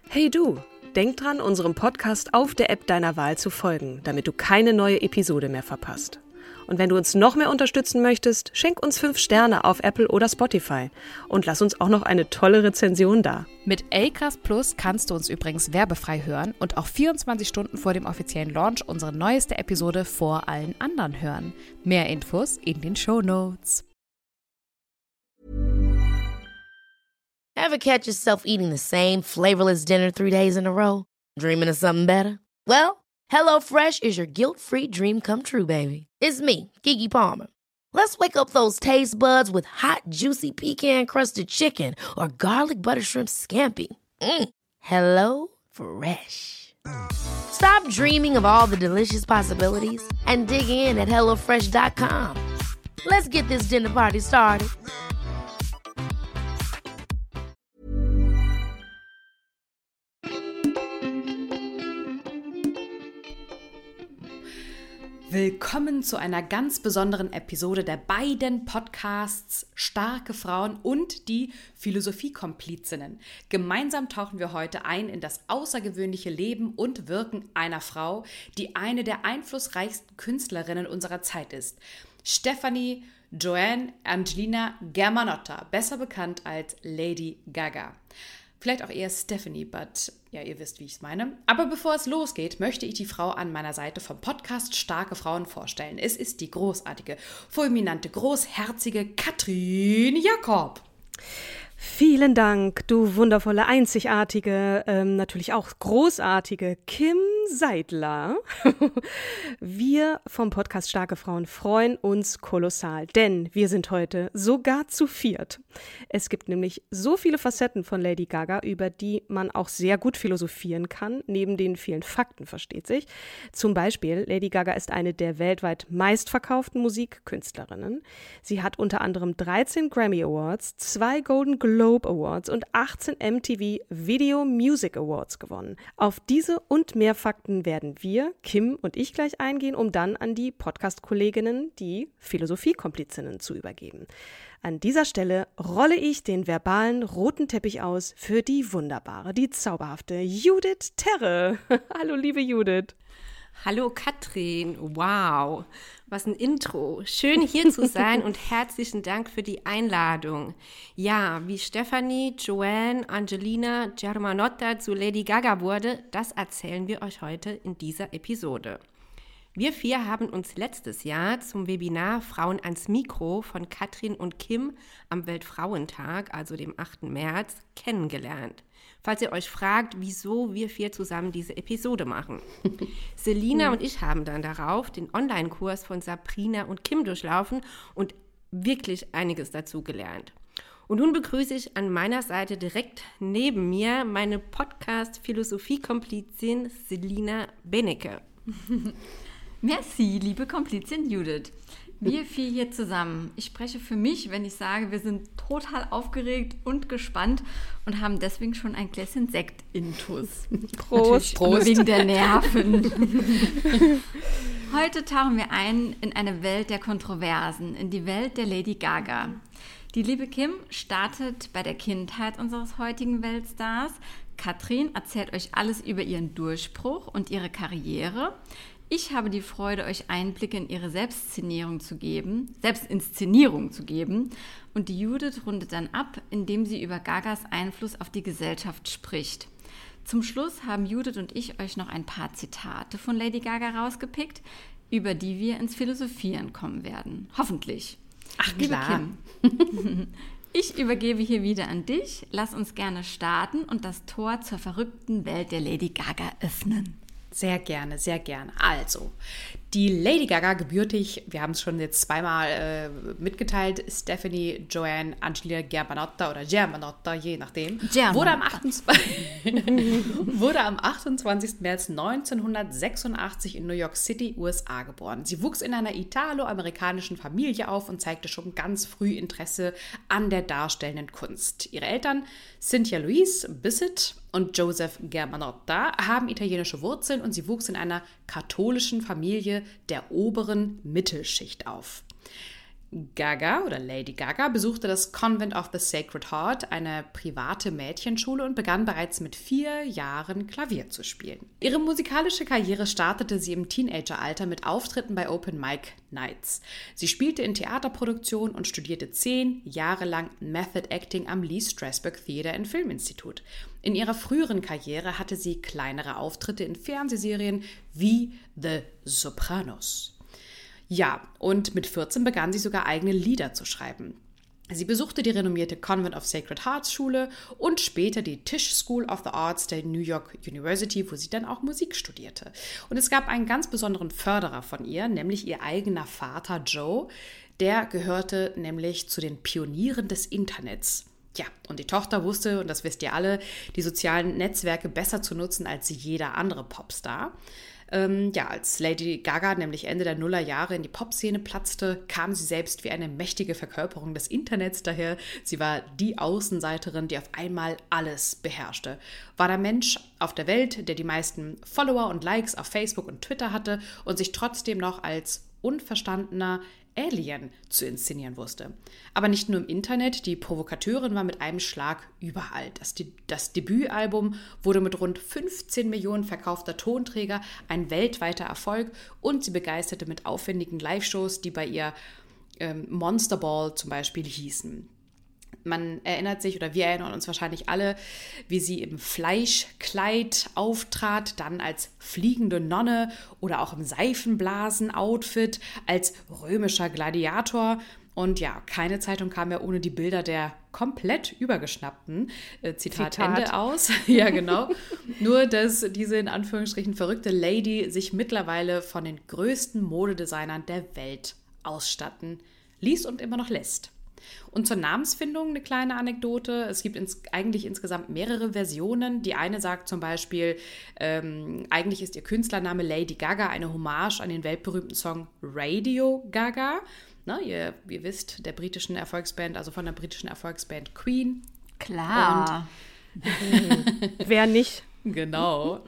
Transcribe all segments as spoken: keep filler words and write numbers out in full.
Hey du, denk dran, unserem Podcast auf der App deiner Wahl zu folgen, damit du keine neue Episode mehr verpasst. Und wenn du uns noch mehr unterstützen möchtest, schenk uns fünf Sterne auf Apple oder Spotify und lass uns auch noch eine tolle Rezension da. Mit Acast Plus kannst du uns übrigens werbefrei hören und auch vierundzwanzig Stunden vor dem offiziellen Launch unsere neueste Episode vor allen anderen hören. Mehr Infos in den Shownotes. Ever catch yourself eating the same flavorless dinner three days in a row? Dreaming of something better? Well, HelloFresh is your guilt-free dream come true, baby. It's me, Keke Palmer. Let's wake up those taste buds with hot, juicy pecan-crusted chicken or garlic butter shrimp scampi. Mm. Hello Fresh. Stop dreaming of all the delicious possibilities and dig in at hello fresh dot com. Let's get this dinner party started. Willkommen zu einer ganz besonderen Episode der beiden Podcasts Starke Frauen und die Philosophiekomplizinnen. Gemeinsam tauchen wir heute ein in das außergewöhnliche Leben und Wirken einer Frau, die eine der einflussreichsten Künstlerinnen unserer Zeit ist. Stefanie Joanne Angelina Germanotta, besser bekannt als Lady Gaga. Vielleicht auch eher Stephanie, but ja, ihr wisst, wie ich es meine. Aber bevor es losgeht, möchte ich die Frau an meiner Seite vom Podcast Starke Frauen vorstellen. Es ist die großartige, fulminante, großherzige Katrin Jakob. Vielen Dank, du wundervolle, einzigartige, ähm, natürlich auch großartige Kim Seidler. Wir vom Podcast Starke Frauen freuen uns kolossal, denn wir sind heute sogar zu viert. Es gibt nämlich so viele Facetten von Lady Gaga, über die man auch sehr gut philosophieren kann, neben den vielen Fakten, versteht sich. Zum Beispiel, Lady Gaga ist eine der weltweit meistverkauften Musikkünstlerinnen. Sie hat unter anderem dreizehn Grammy Awards, zwei Golden Globe Awards und achtzehn M T V Video Music Awards gewonnen. Auf diese und mehr Fakten werden wir, Kim und ich, gleich eingehen, um dann an die Podcast-Kolleginnen, die Philosophiekomplizinnen, zu übergeben. An dieser Stelle rolle ich den verbalen roten Teppich aus für die wunderbare, die zauberhafte Judith Terre. Hallo, liebe Judith. Hallo Katrin, wow, was ein Intro. Schön hier zu sein und herzlichen Dank für die Einladung. Ja, wie Stefanie Joanne Angelina Germanotta zu Lady Gaga wurde, das erzählen wir euch heute in dieser Episode. Wir vier haben uns letztes Jahr zum Webinar Frauen ans Mikro von Katrin und Kim am Weltfrauentag, also dem achten März, kennengelernt. Falls ihr euch fragt, wieso wir vier zusammen diese Episode machen. Selina und ich haben dann darauf den Online-Kurs von Sabrina und Kim durchlaufen und wirklich einiges dazu gelernt. Und nun begrüße ich an meiner Seite direkt neben mir meine Podcast-Philosophie-Komplizin Selina Benecke. Merci, liebe Komplizin Judith. Wir vier hier zusammen. Ich spreche für mich, wenn ich sage, wir sind total aufgeregt und gespannt und haben deswegen schon ein Gläschen Sekt intus. Prost. Prost. Wegen der Nerven. Heute tauchen wir ein in eine Welt der Kontroversen, in die Welt der Lady Gaga. Die liebe Kim startet bei der Kindheit unseres heutigen Weltstars. Katrin erzählt euch alles über ihren Durchbruch und ihre Karriere. Ich habe die Freude, euch Einblicke in ihre Selbstinszenierung zu geben, Selbstinszenierung zu geben. Und die Judith rundet dann ab, indem sie über Gagas Einfluss auf die Gesellschaft spricht. Zum Schluss haben Judith und ich euch noch ein paar Zitate von Lady Gaga rausgepickt, über die wir ins Philosophieren kommen werden. Hoffentlich. Ach klar. Liebe Kim, ich übergebe hier wieder an dich. Lass uns gerne starten und das Tor zur verrückten Welt der Lady Gaga öffnen. Sehr gerne, sehr gerne. Also, die Lady Gaga gebürtig, wir haben es schon jetzt zweimal äh, mitgeteilt, Stephanie Joanne Angelina Germanotta oder Germanotta, je nachdem, wurde am, wurde am achtundzwanzigsten März neunzehnhundertsechsundachtzig in New York City, U S A geboren. Sie wuchs in einer italo-amerikanischen Familie auf und zeigte schon ganz früh Interesse an der darstellenden Kunst. Ihre Eltern, Cynthia Louise Bissett und Joseph Germanotta, haben italienische Wurzeln und sie wuchs in einer katholischen Familie der oberen Mittelschicht auf. Gaga oder Lady Gaga besuchte das Convent of the Sacred Heart, eine private Mädchenschule, und begann bereits mit vier Jahren Klavier zu spielen. Ihre musikalische Karriere startete sie im Teenageralter mit Auftritten bei Open Mic Nights. Sie spielte in Theaterproduktionen und studierte zehn Jahre lang Method Acting am Lee Strasberg Theater and Film Institute. In ihrer früheren Karriere hatte sie kleinere Auftritte in Fernsehserien wie The Sopranos. Ja, und mit vierzehn begann sie sogar eigene Lieder zu schreiben. Sie besuchte die renommierte Convent of Sacred Hearts Schule und später die Tisch School of the Arts der New York University, wo sie dann auch Musik studierte. Und es gab einen ganz besonderen Förderer von ihr, nämlich ihr eigener Vater Joe. Der gehörte nämlich zu den Pionieren des Internets. Ja, und die Tochter wusste, und das wisst ihr alle, die sozialen Netzwerke besser zu nutzen als jeder andere Popstar. Ähm, ja, als Lady Gaga nämlich Ende der Nullerjahre in die Popszene platzte, kam sie selbst wie eine mächtige Verkörperung des Internets daher. Sie war die Außenseiterin, die auf einmal alles beherrschte. War der Mensch auf der Welt, der die meisten Follower und Likes auf Facebook und Twitter hatte und sich trotzdem noch als unverstandener Alien zu inszenieren wusste. Aber nicht nur im Internet, die Provokateurin war mit einem Schlag überall. Das, De- das Debütalbum wurde mit rund fünfzehn Millionen verkaufter Tonträger ein weltweiter Erfolg und sie begeisterte mit aufwendigen Live-Shows, die bei ihr ähm, Monster Ball zum Beispiel hießen. Man erinnert sich, oder wir erinnern uns wahrscheinlich alle, wie sie im Fleischkleid auftrat, dann als fliegende Nonne oder auch im Seifenblasen-Outfit, als römischer Gladiator. Und ja, keine Zeitung kam ja ohne die Bilder der komplett übergeschnappten, äh, Zitat, Zitat Ende aus. Ja, genau. Nur, dass diese in Anführungsstrichen verrückte Lady sich mittlerweile von den größten Modedesignern der Welt ausstatten ließ und immer noch lässt. Und zur Namensfindung eine kleine Anekdote. Es gibt ins, eigentlich insgesamt mehrere Versionen. Die eine sagt zum Beispiel, ähm, eigentlich ist ihr Künstlername Lady Gaga eine Hommage an den weltberühmten Song Radio Gaga. Na, ihr, ihr wisst, der britischen Erfolgsband, also von der britischen Erfolgsband Queen. Klar. Und wer nicht? Genau.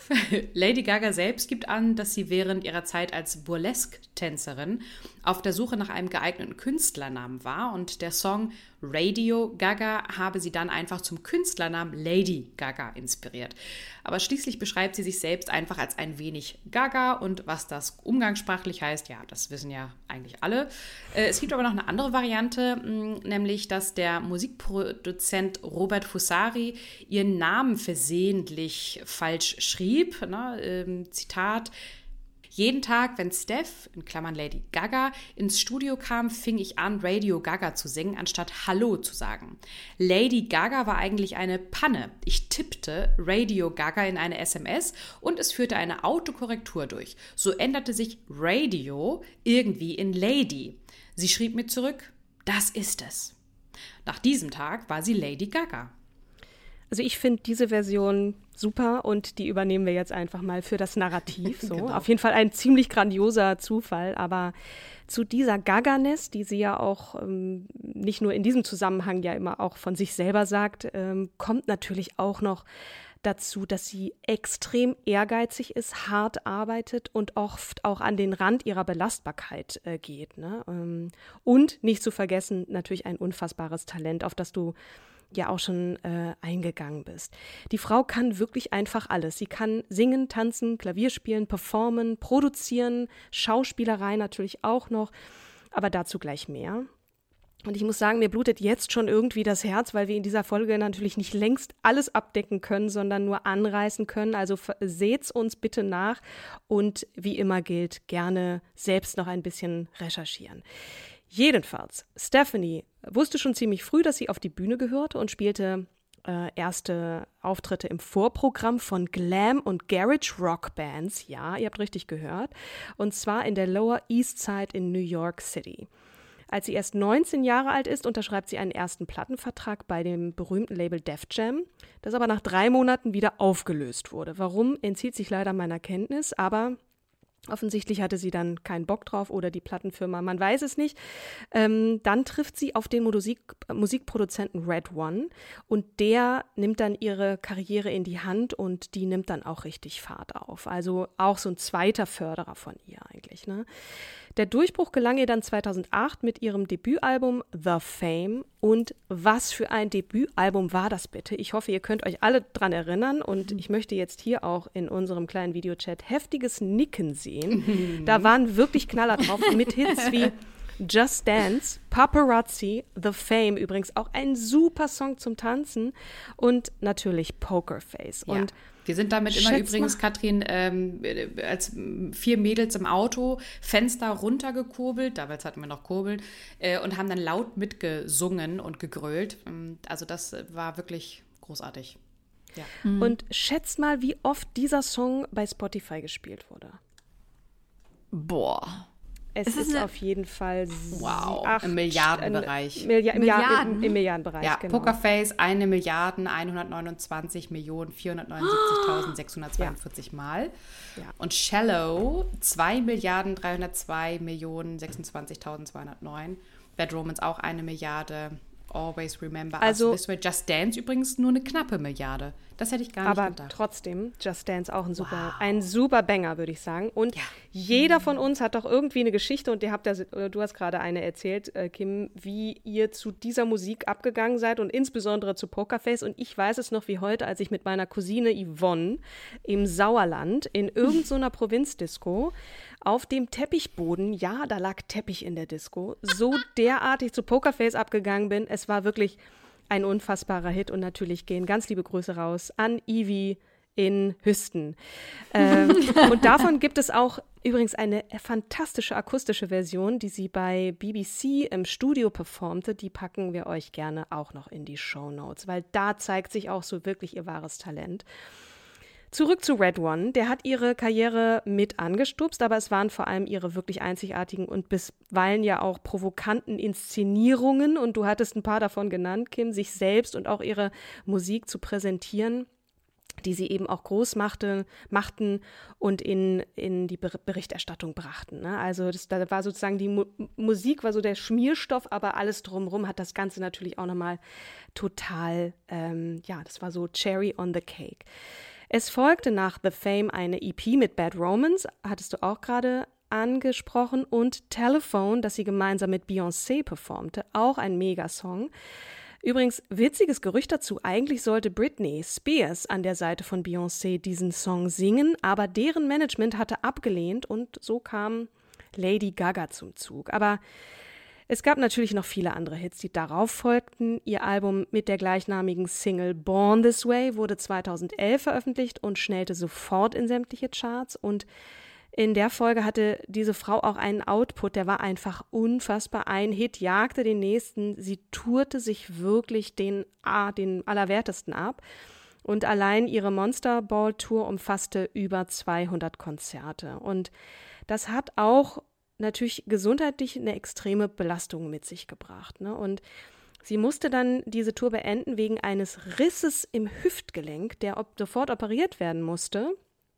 Lady Gaga selbst gibt an, dass sie während ihrer Zeit als Burlesque-Tänzerin auf der Suche nach einem geeigneten Künstlernamen war und der Song Radio Gaga habe sie dann einfach zum Künstlernamen Lady Gaga inspiriert. Aber schließlich beschreibt sie sich selbst einfach als ein wenig Gaga und was das umgangssprachlich heißt, ja, das wissen ja eigentlich alle. Es gibt aber noch eine andere Variante, nämlich, dass der Musikproduzent Robert Fusari ihren Namen versehentlich falsch schrieb. Ne? Ähm, Zitat: Jeden Tag, wenn Steph, in Klammern Lady Gaga, ins Studio kam, fing ich an, Radio Gaga zu singen, anstatt Hallo zu sagen. Lady Gaga war eigentlich eine Panne. Ich tippte Radio Gaga in eine S M S und es führte eine Autokorrektur durch. So änderte sich Radio irgendwie in Lady. Sie schrieb mir zurück, das ist es. Nach diesem Tag war sie Lady Gaga. Also ich finde diese Version super und die übernehmen wir jetzt einfach mal für das Narrativ. So. Genau. Auf jeden Fall ein ziemlich grandioser Zufall, aber zu dieser Gaganess, die sie ja auch ähm, nicht nur in diesem Zusammenhang ja immer auch von sich selber sagt, ähm, kommt natürlich auch noch dazu, dass sie extrem ehrgeizig ist, hart arbeitet und oft auch an den Rand ihrer Belastbarkeit äh, geht. Ne? Ähm, und nicht zu vergessen, natürlich ein unfassbares Talent, auf das du ja auch schon äh, eingegangen bist. Die Frau kann wirklich einfach alles. Sie kann singen, tanzen, Klavier spielen, performen, produzieren, Schauspielerei natürlich auch noch, aber dazu gleich mehr. Und ich muss sagen, mir blutet jetzt schon irgendwie das Herz, weil wir in dieser Folge natürlich nicht längst alles abdecken können, sondern nur anreißen können. Also seht's uns bitte nach und wie immer gilt, gerne selbst noch ein bisschen recherchieren. Jedenfalls, Stephanie wusste schon ziemlich früh, dass sie auf die Bühne gehörte und spielte äh, erste Auftritte im Vorprogramm von Glam- und Garage-Rock-Bands. Ja, ihr habt richtig gehört. Und zwar in der Lower East Side in New York City. Als sie erst neunzehn Jahre alt ist, unterschreibt sie einen ersten Plattenvertrag bei dem berühmten Label Def Jam, das aber nach drei Monaten wieder aufgelöst wurde. Warum, entzieht sich leider meiner Kenntnis, aber offensichtlich hatte sie dann keinen Bock drauf oder die Plattenfirma, man weiß es nicht. Ähm, dann trifft sie auf den Musik, Musikproduzenten Red One und der nimmt dann ihre Karriere in die Hand und die nimmt dann auch richtig Fahrt auf. Also auch so ein zweiter Förderer von ihr eigentlich, ne? Der Durchbruch gelang ihr dann zweitausendacht mit ihrem Debütalbum The Fame. Und was für ein Debütalbum war das bitte? Ich hoffe, ihr könnt euch alle dran erinnern und ich möchte jetzt hier auch in unserem kleinen Videochat heftiges Nicken sehen. Da waren wirklich Knaller drauf mit Hits wie Just Dance, Paparazzi, The Fame, übrigens auch ein super Song zum Tanzen und natürlich Pokerface. Ja. Und wir sind damit immer übrigens, mal. Katrin, ähm, als vier Mädels im Auto, Fenster runtergekurbelt, damals hatten wir noch Kurbeln, äh, und haben dann laut mitgesungen und gegrölt. Also das war wirklich großartig. Ja. Mhm. Und schätzt mal, wie oft dieser Song bei Spotify gespielt wurde. Boah. Es ist, ist auf jeden Fall wow, acht, im Milliardenbereich. Äh, Milli- im, Milliarden? Jahr, im, im Milliardenbereich, ja, genau. Pokerface, eine Milliarde hundertneunundzwanzig Millionen vierhundertneunundsiebzigtausendsechshundertzweiundvierzig Mal. Ja. Und Shallow, zwei Milliarden dreihundertzwei Millionen sechsundzwanzigtausendzweihundertneun. Bad Romance auch eine Milliarde. Always Remember also, Us This Way. Just Dance übrigens nur eine knappe Milliarde. Das hätte ich gar nicht aber gedacht. Aber trotzdem, Just Dance auch ein super, wow. ein super Banger, würde ich sagen. Und ja. jeder von uns hat doch irgendwie eine Geschichte und ihr habt das, du hast gerade eine erzählt, Kim, wie ihr zu dieser Musik abgegangen seid und insbesondere zu Pokerface. Und ich weiß es noch wie heute, als ich mit meiner Cousine Yvonne im Sauerland in irgendeiner Provinzdisco auf dem Teppichboden, ja, da lag Teppich in der Disco, so derartig zu Pokerface abgegangen bin. Es war wirklich ein unfassbarer Hit und natürlich gehen ganz liebe Grüße raus an Ivy in Hüsten. Ähm, und davon gibt es auch übrigens eine fantastische akustische Version, die sie bei B B C im Studio performte. Die packen wir euch gerne auch noch in die Shownotes, weil da zeigt sich auch so wirklich ihr wahres Talent. Zurück zu Red One. Der hat ihre Karriere mit angestupst, aber es waren vor allem ihre wirklich einzigartigen und bisweilen ja auch provokanten Inszenierungen, und du hattest ein paar davon genannt, Kim, sich selbst und auch ihre Musik zu präsentieren, die sie eben auch groß machte, machten und in, in die Ber- Berichterstattung brachten. Ne? Also das, da war sozusagen die Mu- Musik war so der Schmierstoff, aber alles drumherum hat das Ganze natürlich auch nochmal total, ähm, ja, das war so Cherry on the Cake. Es folgte nach The Fame eine E P mit Bad Romance, hattest du auch gerade angesprochen, und Telephone, das sie gemeinsam mit Beyoncé performte, auch ein Megasong. Übrigens, witziges Gerücht dazu, eigentlich sollte Britney Spears an der Seite von Beyoncé diesen Song singen, aber deren Management hatte abgelehnt und so kam Lady Gaga zum Zug. Aber es gab natürlich noch viele andere Hits, die darauf folgten. Ihr Album mit der gleichnamigen Single Born This Way wurde zweitausendelf veröffentlicht und schnellte sofort in sämtliche Charts. Und in der Folge hatte diese Frau auch einen Output, der war einfach unfassbar. Ein Hit jagte den nächsten. Sie tourte sich wirklich den, ah, den Allerwertesten ab. Und allein ihre Monster Ball Tour umfasste über zweihundert Konzerte. Und das hat auch natürlich gesundheitlich eine extreme Belastung mit sich gebracht. Ne? Und sie musste dann diese Tour beenden wegen eines Risses im Hüftgelenk, der op- sofort operiert werden musste.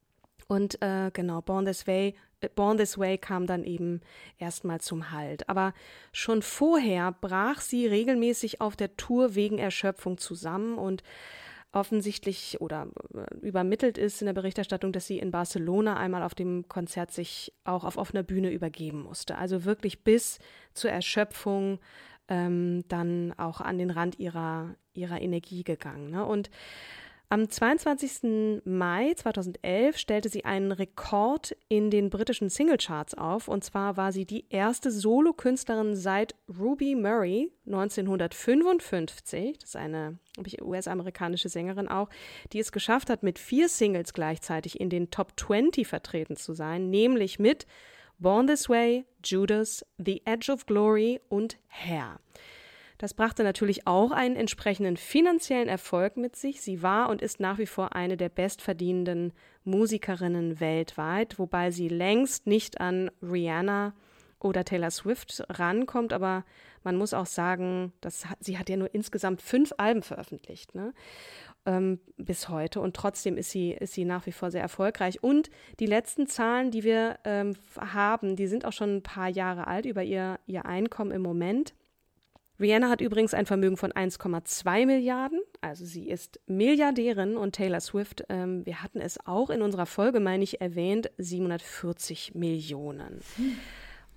Und äh, genau, Born This Way, äh, Born This Way kam dann eben erstmal zum Halt. Aber schon vorher brach sie regelmäßig auf der Tour wegen Erschöpfung zusammen und offensichtlich oder übermittelt ist in der Berichterstattung, dass sie in Barcelona einmal auf dem Konzert sich auch auf offener Bühne übergeben musste. Also wirklich bis zur Erschöpfung ähm, dann auch an den Rand ihrer, ihrer Energie gegangen. Ne? Und am zweiundzwanzigsten Mai zweitausendelf stellte sie einen Rekord in den britischen Singlecharts auf. Und zwar war sie die erste Solokünstlerin seit Ruby Murray neunzehnhundertfünfundfünfzig, das ist eine U S-amerikanische Sängerin auch, die es geschafft hat, mit vier Singles gleichzeitig in den Top zwanzig vertreten zu sein, nämlich mit Born This Way, Judas, The Edge of Glory und Hair. Das brachte natürlich auch einen entsprechenden finanziellen Erfolg mit sich. Sie war und ist nach wie vor eine der bestverdienenden Musikerinnen weltweit, wobei sie längst nicht an Rihanna oder Taylor Swift rankommt, aber man muss auch sagen, dass sie hat ja nur insgesamt fünf Alben veröffentlicht, ne? ähm, bis heute, und trotzdem ist sie, ist sie nach wie vor sehr erfolgreich. Und die letzten Zahlen, die wir ähm, haben, die sind auch schon ein paar Jahre alt über ihr, ihr Einkommen im Moment. Rihanna hat übrigens ein Vermögen von eins Komma zwei Milliarden, also sie ist Milliardärin, und Taylor Swift, ähm, wir hatten es auch in unserer Folge, meine ich, erwähnt, siebenhundertvierzig Millionen. Hm.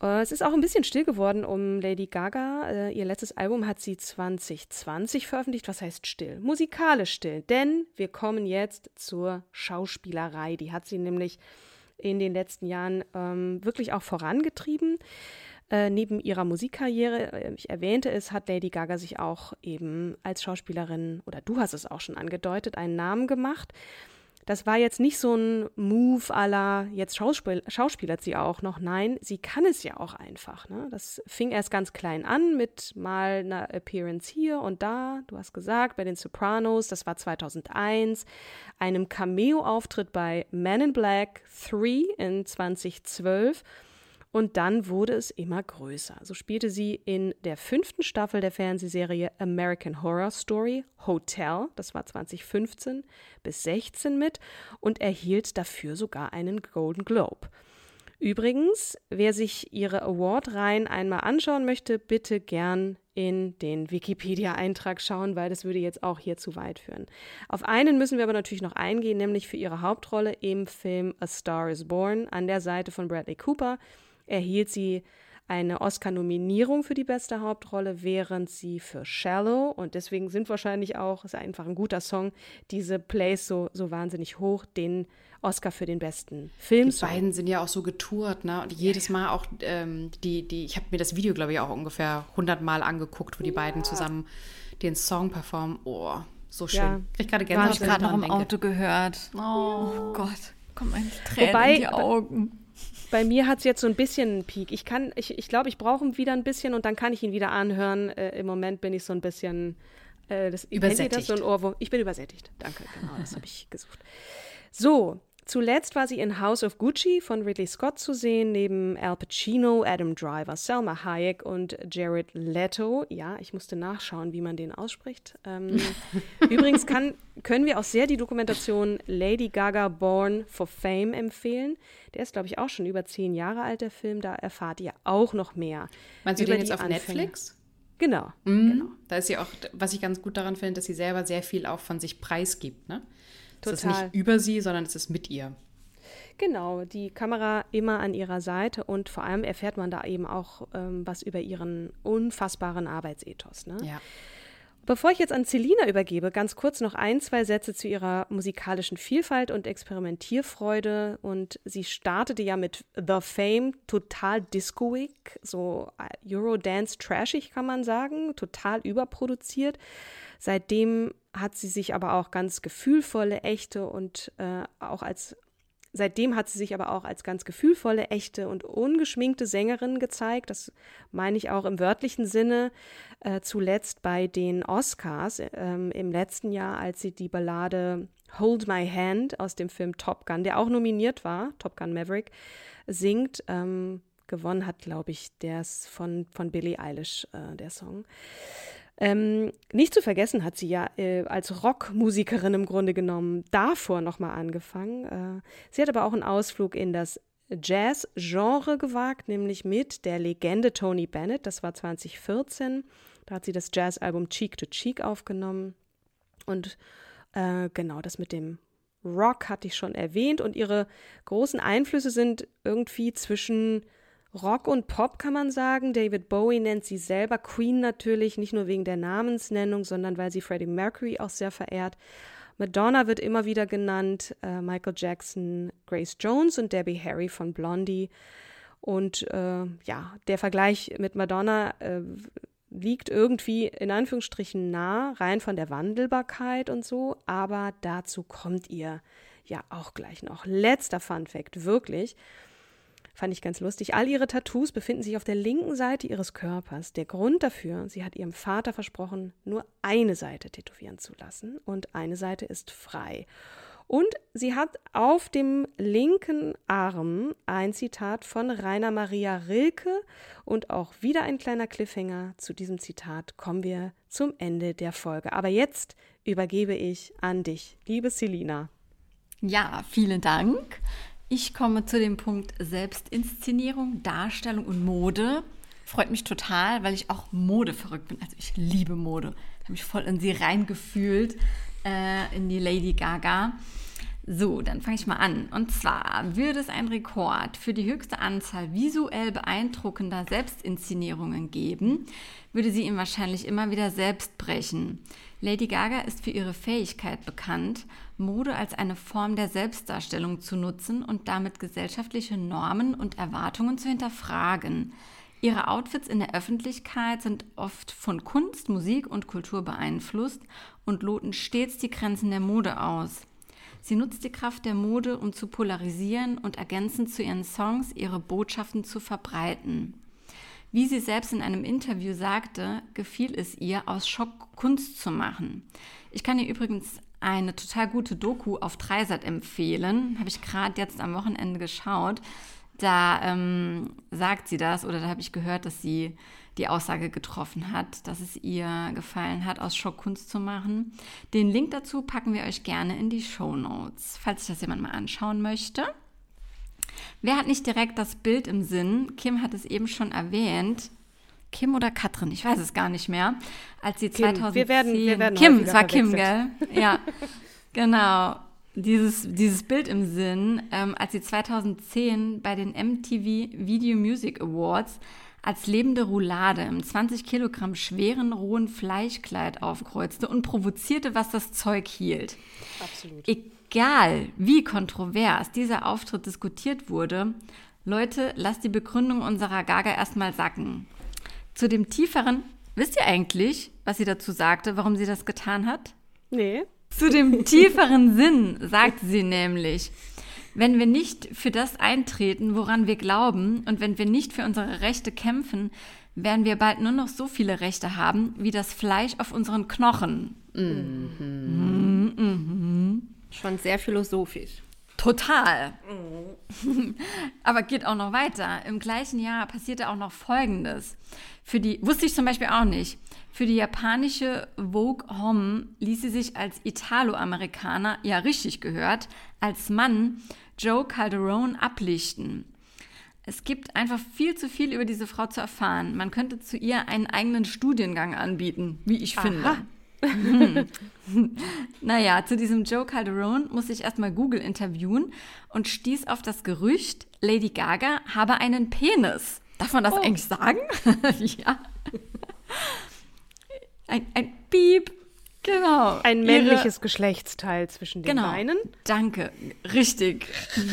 Es ist auch ein bisschen still geworden um Lady Gaga. Ihr letztes Album hat sie zwanzig zwanzig veröffentlicht. Was heißt still? Musikalisch still. Denn wir kommen jetzt zur Schauspielerei. Die hat sie nämlich in den letzten Jahren ähm, wirklich auch vorangetrieben. Äh, neben ihrer Musikkarriere, ich erwähnte es, hat Lady Gaga sich auch eben als Schauspielerin, oder du hast es auch schon angedeutet, einen Namen gemacht. Das war jetzt nicht so ein Move à la, jetzt Schauspiel, schauspielert sie auch noch. Nein, sie kann es ja auch einfach. Ne? Das fing erst ganz klein an mit mal einer Appearance hier und da. Du hast gesagt, bei den Sopranos, das war zweitausendeins. Einem Cameo-Auftritt bei Men in Black drei in zweitausendzwölf. Und dann wurde es immer größer. So spielte sie in der fünften Staffel der Fernsehserie American Horror Story Hotel, das war zweitausendfünfzehn bis sechzehn mit, und erhielt dafür sogar einen Golden Globe. Übrigens, wer sich ihre Award-Reihen einmal anschauen möchte, bitte gern in den Wikipedia-Eintrag schauen, weil das würde jetzt auch hier zu weit führen. Auf einen müssen wir aber natürlich noch eingehen, nämlich für ihre Hauptrolle im Film A Star is Born an der Seite von Bradley Cooper. Erhielt sie eine Oscar-Nominierung für die beste Hauptrolle, während sie für Shallow, und deswegen sind wahrscheinlich auch, ist einfach ein guter Song, diese Plays so, so wahnsinnig hoch, den Oscar für den besten Film. Die beiden sind ja auch so getourt, ne? Und jedes Mal auch, ähm, die, die, ich habe mir das Video, glaube ich, auch ungefähr hundert Mal angeguckt, wo die ja. beiden zusammen den Song performen. Oh, so schön. Ja. Ich kriege gerade Gänsehaut. Gänsehaut. Ich gerade noch im denke. Auto gehört. Oh ja. Gott, kommen eigentlich Tränen Wobei, in die Augen. Bei mir hat es jetzt so ein bisschen einen Peak. Ich kann, ich, ich glaube, ich brauche ihn wieder ein bisschen und dann kann ich ihn wieder anhören. Äh, Im Moment bin ich so ein bisschen äh, das, übersättigt. Das, so ein Ohrwurm? Ich bin übersättigt. Danke, genau, das habe ich gesucht. So, zuletzt war sie in House of Gucci von Ridley Scott zu sehen, neben Al Pacino, Adam Driver, Salma Hayek und Jared Leto. Ja, ich musste nachschauen, wie man den ausspricht. Ähm, übrigens kann, können wir auch sehr die Dokumentation Lady Gaga Born for Fame empfehlen. Der ist, glaube ich, auch schon über zehn Jahre alt, der Film. Da erfahrt ihr auch noch mehr. Meinst du über den jetzt die auf Anfänge. Netflix? Genau, Mhm. genau. Da ist sie auch, was ich ganz gut daran finde, dass sie selber sehr viel auch von sich preisgibt, ne? Es ist Total. nicht über sie, sondern es ist mit ihr. Genau, die Kamera immer an ihrer Seite und vor allem erfährt man da eben auch ähm, was über ihren unfassbaren Arbeitsethos. Ne? Ja. Bevor ich jetzt an Selina übergebe, ganz kurz noch ein, zwei Sätze zu ihrer musikalischen Vielfalt und Experimentierfreude. Und sie startete ja mit The Fame, total discoig, so Eurodance-trashig kann man sagen, total überproduziert. Seitdem hat sie sich aber auch ganz gefühlvolle, echte und äh, auch als Seitdem hat sie sich aber auch als ganz gefühlvolle, echte und ungeschminkte Sängerin gezeigt. Das meine ich auch im wörtlichen Sinne. Äh, zuletzt bei den Oscars ähm, im letzten Jahr, als sie die Ballade Hold My Hand aus dem Film Top Gun, der auch nominiert war, Top Gun Maverick, singt. Ähm, gewonnen hat, glaube ich, der ist von, von Billie Eilish, äh, der Song. Ähm, nicht zu vergessen hat sie ja äh, als Rockmusikerin im Grunde genommen davor nochmal angefangen. Äh, sie hat aber auch einen Ausflug in das Jazz-Genre gewagt, nämlich mit der Legende Tony Bennett. Das war zwanzig vierzehn. Da hat sie das Jazz-Album Cheek to Cheek aufgenommen. Und äh, genau, das mit dem Rock hatte ich schon erwähnt. Und ihre großen Einflüsse sind irgendwie zwischen Rock und Pop, kann man sagen. David Bowie nennt sie selber Queen natürlich, nicht nur wegen der Namensnennung, sondern weil sie Freddie Mercury auch sehr verehrt. Madonna wird immer wieder genannt, äh, Michael Jackson, Grace Jones und Debbie Harry von Blondie. Und äh, ja, der Vergleich mit Madonna äh, liegt irgendwie in Anführungsstrichen nah, rein von der Wandelbarkeit und so, aber dazu kommt ihr ja auch gleich noch. Letzter Funfact, wirklich. Fand ich ganz lustig. All ihre Tattoos befinden sich auf der linken Seite ihres Körpers. Der Grund dafür, sie hat ihrem Vater versprochen, nur eine Seite tätowieren zu lassen und eine Seite ist frei. Und sie hat auf dem linken Arm ein Zitat von Rainer Maria Rilke und auch wieder ein kleiner Cliffhanger. Zu diesem Zitat kommen wir zum Ende der Folge. Aber jetzt übergebe ich an dich, liebe Selina. Ja, vielen Dank. Ich komme zu dem Punkt Selbstinszenierung, Darstellung und Mode. Freut mich total, weil ich auch modeverrückt bin. Also ich liebe Mode. Ich habe mich voll in sie reingefühlt, äh, in die Lady Gaga. So, dann fange ich mal an. Und zwar würde es einen Rekord für die höchste Anzahl visuell beeindruckender Selbstinszenierungen geben, würde sie ihn wahrscheinlich immer wieder selbst brechen. Lady Gaga ist für ihre Fähigkeit bekannt, Mode als eine Form der Selbstdarstellung zu nutzen und damit gesellschaftliche Normen und Erwartungen zu hinterfragen. Ihre Outfits in der Öffentlichkeit sind oft von Kunst, Musik und Kultur beeinflusst und loten stets die Grenzen der Mode aus. Sie nutzt die Kraft der Mode, um zu polarisieren und ergänzend zu ihren Songs ihre Botschaften zu verbreiten. Wie sie selbst in einem Interview sagte, gefiel es ihr, aus Schock Kunst zu machen. Ich kann ihr übrigens eine total gute Doku auf Dreisat empfehlen. Habe ich gerade jetzt am Wochenende geschaut. Da ähm, sagt sie das, oder da habe ich gehört, dass sie die Aussage getroffen hat, dass es ihr gefallen hat, aus Schock Kunst zu machen. Den Link dazu packen wir euch gerne in die Shownotes, falls sich das jemand mal anschauen möchte. Wer hat nicht direkt das Bild im Sinn? Kim hat es eben schon erwähnt. Kim oder Katrin? Ich weiß es gar nicht mehr. Als sie Kim. zweitausendzehn... Wir werden, wir werden Kim, häufiger es war Kim, gell? verwechselt. Ja, genau. Dieses, dieses Bild im Sinn, ähm, als sie zweitausendzehn bei den M T V Video Music Awards als lebende Roulade im zwanzig Kilogramm schweren, rohen Fleischkleid aufkreuzte und provozierte, was das Zeug hielt. Absolut. Egal, wie kontrovers dieser Auftritt diskutiert wurde, Leute, lasst die Begründung unserer Gaga erstmal sacken. Zu dem tieferen, wisst ihr eigentlich, was sie dazu sagte, warum sie das getan hat? Nee. Zu dem tieferen Sinn sagte sie nämlich: Wenn wir nicht für das eintreten, woran wir glauben, und wenn wir nicht für unsere Rechte kämpfen, werden wir bald nur noch so viele Rechte haben, wie das Fleisch auf unseren Knochen. Mhm. Mhm. Schon sehr philosophisch. Total. Aber geht auch noch weiter. Im gleichen Jahr passierte auch noch Folgendes. Für die, wusste ich zum Beispiel auch nicht, für die japanische Vogue Homme ließ sie sich als Italo-Amerikaner, ja richtig gehört, als Mann Joe Calderone ablichten. Es gibt einfach viel zu viel über diese Frau zu erfahren. Man könnte zu ihr einen eigenen Studiengang anbieten, wie ich Aha. finde. Hm. Naja, zu diesem Joe Calderone musste ich erstmal Google interviewen und stieß auf das Gerücht, Lady Gaga habe einen Penis. Darf man das Oh. eigentlich sagen? Ja. Ein, ein Piep. Genau. Ein Ihre- männliches Geschlechtsteil zwischen den Genau. Beinen. Danke. Richtig.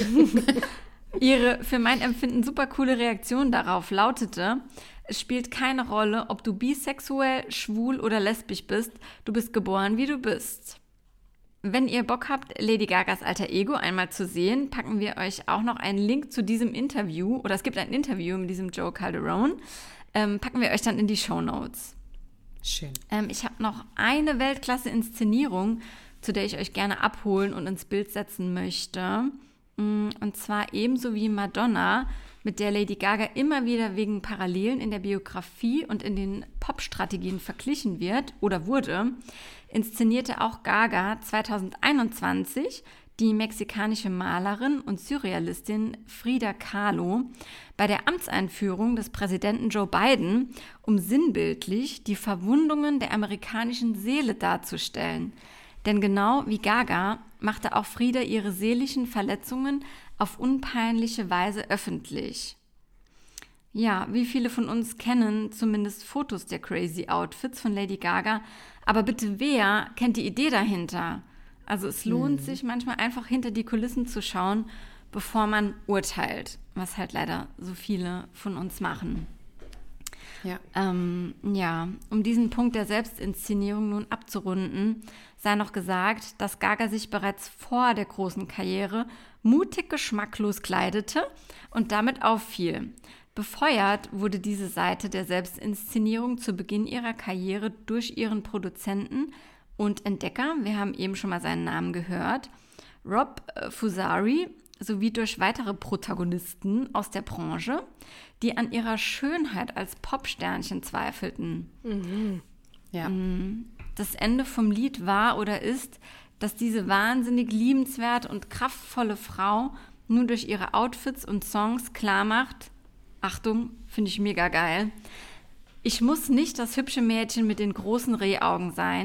Ihre für mein Empfinden super coole Reaktion darauf lautete: Es spielt keine Rolle, ob du bisexuell, schwul oder lesbisch bist. Du bist geboren, wie du bist. Wenn ihr Bock habt, Lady Gagas alter Ego einmal zu sehen, packen wir euch auch noch einen Link zu diesem Interview, oder es gibt ein Interview mit diesem Joe Calderone, ähm, packen wir euch dann in die Shownotes. Schön. Ähm, ich habe noch eine Weltklasse-Inszenierung, zu der ich euch gerne abholen und ins Bild setzen möchte. Mm, Und zwar ebenso wie Madonna, mit der Lady Gaga immer wieder wegen Parallelen in der Biografie und in den Pop-Strategien verglichen wird oder wurde, inszenierte auch Gaga zweitausendeinundzwanzig die mexikanische Malerin und Surrealistin Frida Kahlo bei der Amtseinführung des Präsidenten Joe Biden, um sinnbildlich die Verwundungen der amerikanischen Seele darzustellen. Denn genau wie Gaga machte auch Frida ihre seelischen Verletzungen auf unpeinliche Weise öffentlich. Ja, wie viele von uns kennen zumindest Fotos der crazy Outfits von Lady Gaga, aber bitte wer kennt die Idee dahinter? Also es lohnt sich manchmal einfach hinter die Kulissen zu schauen, bevor man urteilt, was halt leider so viele von uns machen. Ja. Ähm, ja, um diesen Punkt der Selbstinszenierung nun abzurunden, sei noch gesagt, dass Gaga sich bereits vor der großen Karriere mutig geschmacklos kleidete und damit auffiel. Befeuert wurde diese Seite der Selbstinszenierung zu Beginn ihrer Karriere durch ihren Produzenten und Entdecker, wir haben eben schon mal seinen Namen gehört, Rob Fusari, sowie durch weitere Protagonisten aus der Branche, die an ihrer Schönheit als Popsternchen zweifelten. Mhm. Ja. Das Ende vom Lied war oder ist, dass diese wahnsinnig liebenswerte und kraftvolle Frau nun durch ihre Outfits und Songs klarmacht, Achtung, finde ich mega geil, ich muss nicht das hübsche Mädchen mit den großen Rehaugen sein,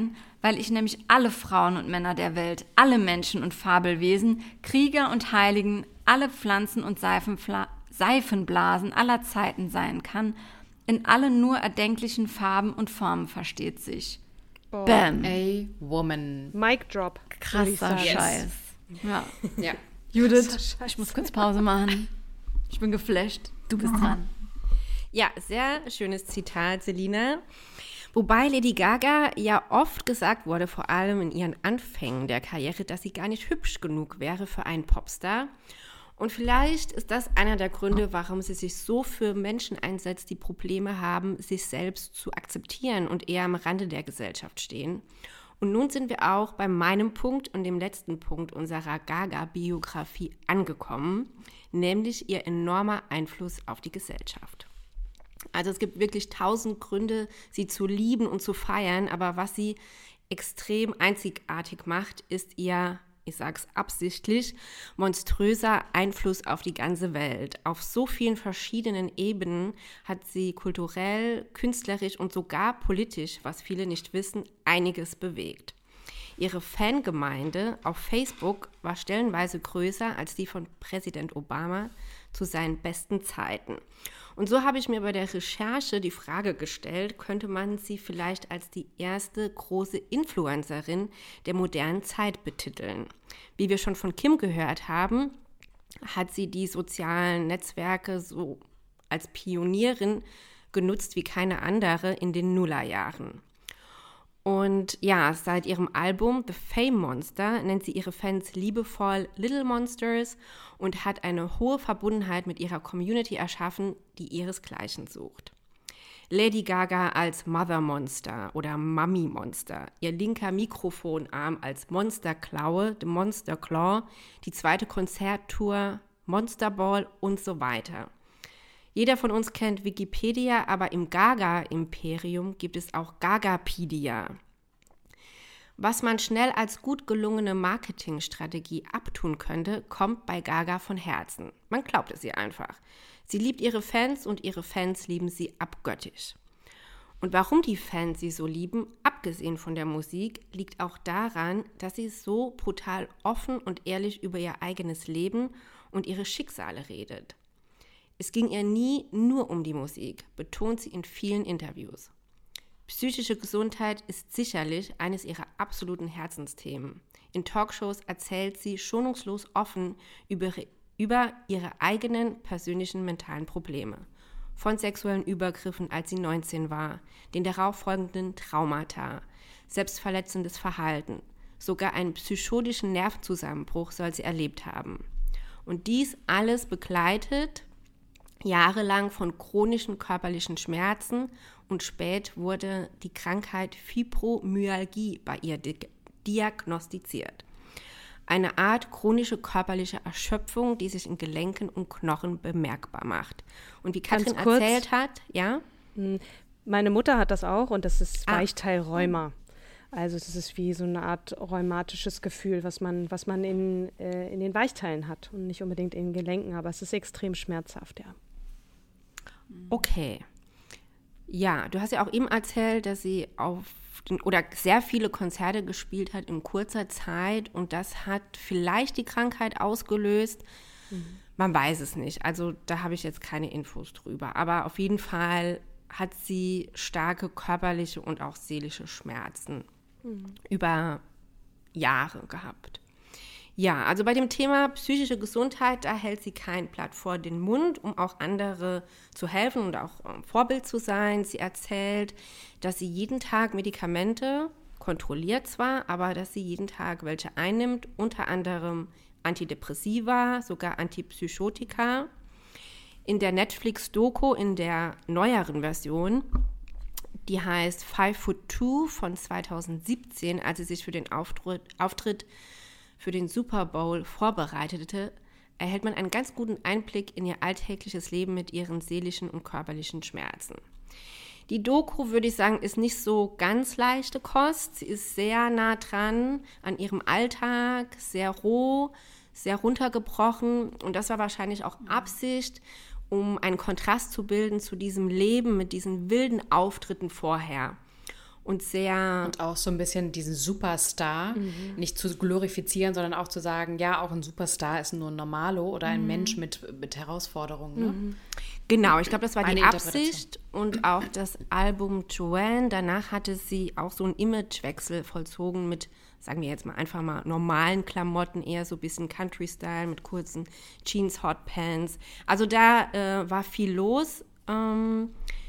weil ich nämlich alle Frauen und Männer der Welt, alle Menschen und Fabelwesen, Krieger und Heiligen, alle Pflanzen und Seifenfla- Seifenblasen aller Zeiten sein kann, in allen nur erdenklichen Farben und Formen versteht sich. Boah. Bam. A woman. Mic Drop. würde ich Krasser sagen. Scheiß. Ja. Ja. Judith, ich muss kurz Pause machen. Ich bin geflasht. Du bist dran. Ja, sehr schönes Zitat, Selina. Wobei Lady Gaga ja oft gesagt wurde, vor allem in ihren Anfängen der Karriere, dass sie gar nicht hübsch genug wäre für einen Popstar. Und vielleicht ist das einer der Gründe, warum sie sich so für Menschen einsetzt, die Probleme haben, sich selbst zu akzeptieren und eher am Rande der Gesellschaft stehen. Und nun sind wir auch bei meinem Punkt und dem letzten Punkt unserer Gaga-Biografie angekommen, nämlich ihr enormer Einfluss auf die Gesellschaft. Also es gibt wirklich tausend Gründe, sie zu lieben und zu feiern, aber was sie extrem einzigartig macht, ist ihr, ich sage es absichtlich, monströser Einfluss auf die ganze Welt. Auf so vielen verschiedenen Ebenen hat sie kulturell, künstlerisch und sogar politisch, was viele nicht wissen, einiges bewegt. Ihre Fangemeinde auf Facebook war stellenweise größer als die von Präsident Obama zu seinen besten Zeiten. Und so habe ich mir bei der Recherche die Frage gestellt, könnte man sie vielleicht als die erste große Influencerin der modernen Zeit betiteln? Wie wir schon von Kim gehört haben, hat sie die sozialen Netzwerke so als Pionierin genutzt wie keine andere in den Nullerjahren. Und ja, seit ihrem Album The Fame Monster nennt sie ihre Fans liebevoll Little Monsters und hat eine hohe Verbundenheit mit ihrer Community erschaffen, die ihresgleichen sucht. Lady Gaga als Mother Monster oder Mummy Monster, ihr linker Mikrofonarm als Monsterklaue, The Monster Claw, die zweite Konzerttour, Monster Ball und so weiter. Jeder von uns kennt Wikipedia, aber im Gaga-Imperium gibt es auch Gagapedia. Was man schnell als gut gelungene Marketingstrategie abtun könnte, kommt bei Gaga von Herzen. Man glaubt es ihr einfach. Sie liebt ihre Fans und ihre Fans lieben sie abgöttisch. Und warum die Fans sie so lieben, abgesehen von der Musik, liegt auch daran, dass sie so brutal offen und ehrlich über ihr eigenes Leben und ihre Schicksale redet. Es ging ihr nie nur um die Musik, betont sie in vielen Interviews. Psychische Gesundheit ist sicherlich eines ihrer absoluten Herzensthemen. In Talkshows erzählt sie schonungslos offen über, über ihre eigenen persönlichen mentalen Probleme. Von sexuellen Übergriffen, als sie neunzehn war, den darauffolgenden Traumata, selbstverletzendes Verhalten, sogar einen psychotischen Nervenzusammenbruch soll sie erlebt haben. Und dies alles begleitet jahrelang von chronischen körperlichen Schmerzen und spät wurde die Krankheit Fibromyalgie bei ihr di- diagnostiziert. Eine Art chronische körperliche Erschöpfung, die sich in Gelenken und Knochen bemerkbar macht. Und wie Katrin erzählt hat, ja? Meine Mutter hat das auch und das ist Ah. Weichteilrheuma. Also das ist wie so eine Art rheumatisches Gefühl, was man, was man in, äh, in den Weichteilen hat und nicht unbedingt in den Gelenken, aber es ist extrem schmerzhaft, ja. Okay. Ja, du hast ja auch eben erzählt, dass sie auf den, oder sehr viele Konzerte gespielt hat in kurzer Zeit und das hat vielleicht die Krankheit ausgelöst. Mhm. Man weiß es nicht. Also da habe ich jetzt keine Infos drüber. Aber auf jeden Fall hat sie starke körperliche und auch seelische Schmerzen mhm. über Jahre gehabt. Ja, also bei dem Thema psychische Gesundheit, da hält sie kein Blatt vor den Mund, um auch andere zu helfen und auch um Vorbild zu sein. Sie erzählt, dass sie jeden Tag Medikamente, kontrolliert zwar, aber dass sie jeden Tag welche einnimmt, unter anderem Antidepressiva, sogar Antipsychotika. In der Netflix-Doku, in der neueren Version, die heißt Five Foot Two von zweitausendsiebzehn, als sie sich für den Auftritt, Auftritt für den Super Bowl vorbereitete, erhält man einen ganz guten Einblick in ihr alltägliches Leben mit ihren seelischen und körperlichen Schmerzen. Die Doku, würde ich sagen, ist nicht so ganz leichte Kost. Sie ist sehr nah dran an ihrem Alltag, sehr roh, sehr runtergebrochen. Und das war wahrscheinlich auch Absicht, um einen Kontrast zu bilden zu diesem Leben mit diesen wilden Auftritten vorher. und sehr... Und auch so ein bisschen diesen Superstar mhm. nicht zu glorifizieren, sondern auch zu sagen, ja, auch ein Superstar ist nur ein Normalo oder ein mhm. Mensch mit, mit Herausforderungen. Ne? Mhm. Genau, ich glaube, das war die Absicht und auch das Album Joanne. Danach hatte sie auch so einen Imagewechsel vollzogen mit, sagen wir jetzt mal einfach mal normalen Klamotten, eher so ein bisschen Country-Style mit kurzen Jeans, Hotpants. Also da äh, war viel los. Ähm,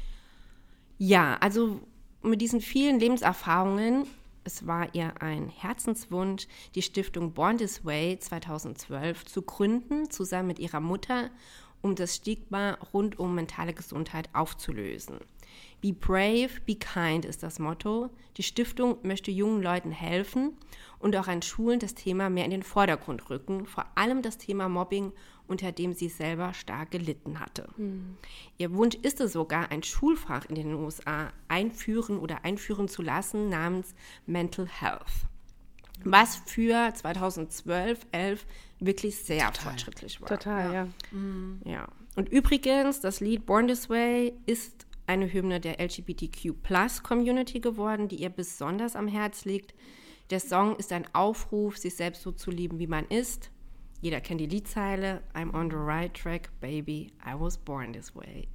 ja, also mit diesen vielen Lebenserfahrungen, es war ihr ein Herzenswunsch, die Stiftung Born This Way zweitausendzwölf zu gründen, zusammen mit ihrer Mutter, um das Stigma rund um mentale Gesundheit aufzulösen. Be brave, be kind ist das Motto. Die Stiftung möchte jungen Leuten helfen und auch an Schulen das Thema mehr in den Vordergrund rücken, vor allem das Thema Mobbing, unter dem sie selber stark gelitten hatte. Mhm. Ihr Wunsch ist es sogar, ein Schulfach in den U S A einführen oder einführen zu lassen namens Mental Health, was für zweitausendzwölf, elf wirklich sehr Total. fortschrittlich war. Total, ja. Ja. Mhm. ja. Und übrigens, das Lied Born This Way ist eine Hymne der L G B T Q Plus Community geworden, die ihr besonders am Herz liegt. Der Song ist ein Aufruf, sich selbst so zu lieben, wie man ist. Jeder kennt die Liedzeile, I'm on the right track, baby, I was born this way.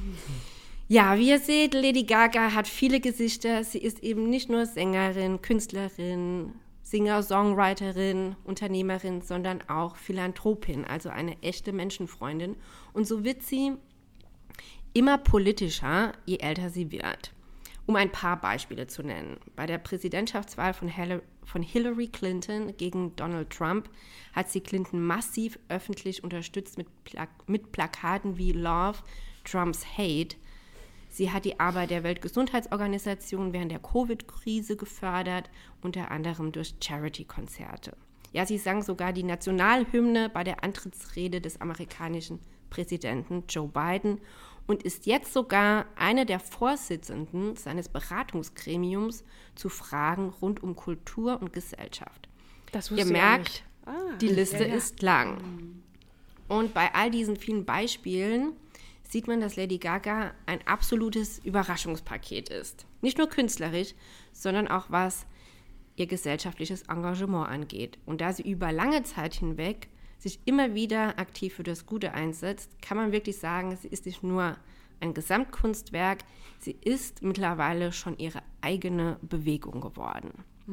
Ja, wie ihr seht, Lady Gaga hat viele Gesichter. Sie ist eben nicht nur Sängerin, Künstlerin, Singer, Songwriterin, Unternehmerin, sondern auch Philanthropin, also eine echte Menschenfreundin. Und so wird sie immer politischer, je älter sie wird. Um ein paar Beispiele zu nennen. Bei der Präsidentschaftswahl von, Hel- von Hillary Clinton gegen Donald Trump hat sie Clinton massiv öffentlich unterstützt mit, Pla- mit Plakaten wie Love, Trump's Hate. Sie hat die Arbeit der Weltgesundheitsorganisation während der Covid-Krise gefördert, unter anderem durch Charity-Konzerte. Ja, sie sang sogar die Nationalhymne bei der Antrittsrede des amerikanischen Präsidenten Joe Biden und ist jetzt sogar eine der Vorsitzenden seines Beratungsgremiums zu Fragen rund um Kultur und Gesellschaft. Das Ihr merkt, ah, die Liste ja, ja. ist lang. Und bei all diesen vielen Beispielen sieht man, dass Lady Gaga ein absolutes Überraschungspaket ist. Nicht nur künstlerisch, sondern auch was ihr gesellschaftliches Engagement angeht. Und da sie über lange Zeit hinweg sich immer wieder aktiv für das Gute einsetzt, kann man wirklich sagen, sie ist nicht nur ein Gesamtkunstwerk, sie ist mittlerweile schon ihre eigene Bewegung geworden.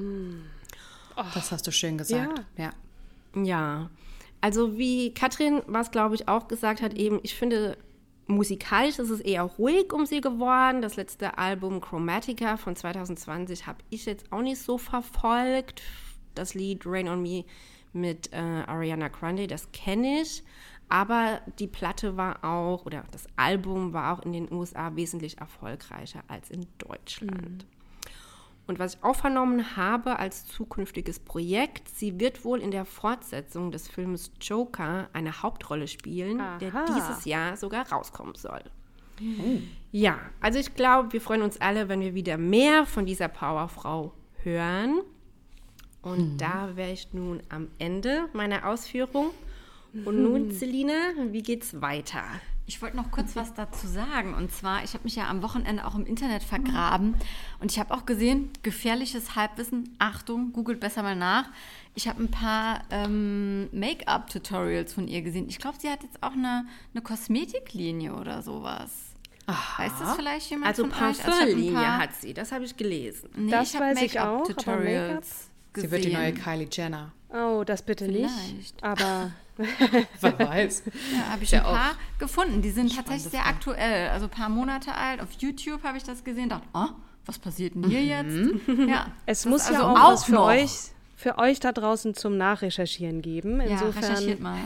Oh, das hast du schön gesagt. Ja, ja. ja. Also wie Katrin, was glaube ich auch gesagt hat, eben, ich finde, musikalisch ist es eher ruhig um sie geworden. Das letzte Album Chromatica von zweitausendzwanzig habe ich jetzt auch nicht so verfolgt. Das Lied Rain on Me mit äh, Ariana Grande, das kenne ich. Aber die Platte war auch, oder das Album war auch in den U S A wesentlich erfolgreicher als in Deutschland. Mhm. Und was ich auch vernommen habe als zukünftiges Projekt, sie wird wohl in der Fortsetzung des Films Joker eine Hauptrolle spielen, Aha. der dieses Jahr sogar rauskommen soll. Mhm. Ja, also ich glaube, wir freuen uns alle, wenn wir wieder mehr von dieser Powerfrau hören. Und mhm. da wäre ich nun am Ende meiner Ausführung. Und nun, Selina, wie geht's weiter? Ich wollte noch kurz was dazu sagen. Und zwar, ich habe mich ja am Wochenende auch im Internet vergraben. Und ich habe auch gesehen, gefährliches Halbwissen. Achtung, googelt besser mal nach. Ich habe ein paar ähm, Make-up-Tutorials von ihr gesehen. Ich glaube, sie hat jetzt auch eine, eine Kosmetiklinie oder sowas. Aha. Weiß das vielleicht jemand also von euch? Also Parfümlinie paar... hat sie, das habe ich gelesen. Nee, das ich weiß ich auch, Tutorials Sie wird die neue Kylie Jenner. Oh, das bitte Vielleicht. nicht. Aber wer weiß. Ja, habe ich ja ein paar auch gefunden. Die sind tatsächlich sehr Frage. aktuell. Also ein paar Monate alt. Auf YouTube habe ich das gesehen. Dachte, oh, was passiert denn hier mhm. jetzt? Ja, es muss ja also auch, auch was für noch. euch, für euch da draußen zum Nachrecherchieren geben. Insofern, ja, recherchiert mal.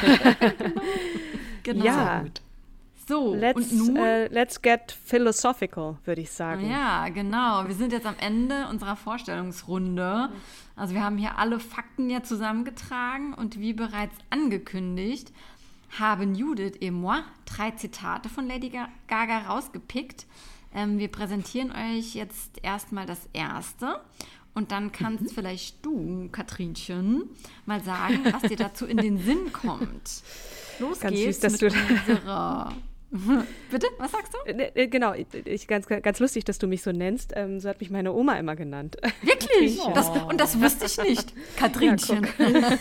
genau. Ja. Gut. So, let's, und nun? Uh, let's get philosophical, würde ich sagen. Ja, genau. Wir sind jetzt am Ende unserer Vorstellungsrunde. Also wir haben hier alle Fakten ja zusammengetragen und wie bereits angekündigt, haben Judith et moi drei Zitate von Lady Gaga rausgepickt. Ähm, wir präsentieren euch jetzt erstmal das erste und dann kannst mhm. vielleicht du, Katrinchen, mal sagen, was dir dazu in den Sinn kommt. Los Ganz geht's süß, dass mit du unserer Bitte? Was sagst du? Äh, genau, ich, ganz, ganz lustig, dass du mich so nennst. Ähm, so hat mich meine Oma immer genannt. Wirklich? Das, und das wusste ich nicht. Katrinchen. Ja,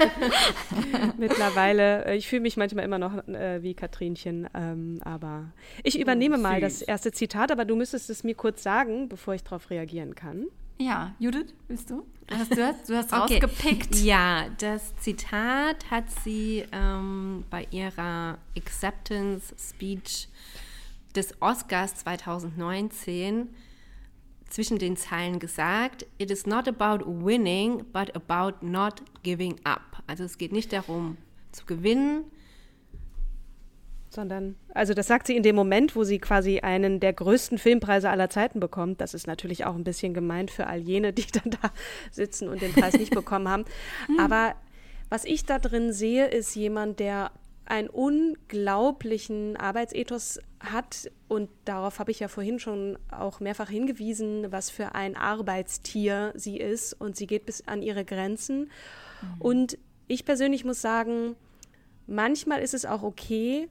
Mittlerweile, äh, ich fühle mich manchmal immer noch äh, wie Katrinchen, ähm, aber ich übernehme oh, mal das erste Zitat, aber du müsstest es mir kurz sagen, bevor ich darauf reagieren kann. Ja, Judith, willst du? Hast du, du hast okay. rausgepickt. Ja, das Zitat hat sie ähm, bei ihrer Acceptance Speech des Oscars zwanzig neunzehn zwischen den Zeilen gesagt: It is not about winning, but about not giving up. Also es geht nicht darum zu gewinnen, sondern, also das sagt sie in dem Moment, wo sie quasi einen der größten Filmpreise aller Zeiten bekommt. Das ist natürlich auch ein bisschen gemeint für all jene, die dann da sitzen und den Preis nicht bekommen haben. Aber was ich da drin sehe, ist jemand, der einen unglaublichen Arbeitsethos hat, und darauf habe ich ja vorhin schon auch mehrfach hingewiesen, was für ein Arbeitstier sie ist, und sie geht bis an ihre Grenzen. Mhm. Und ich persönlich muss sagen, manchmal ist es auch okay,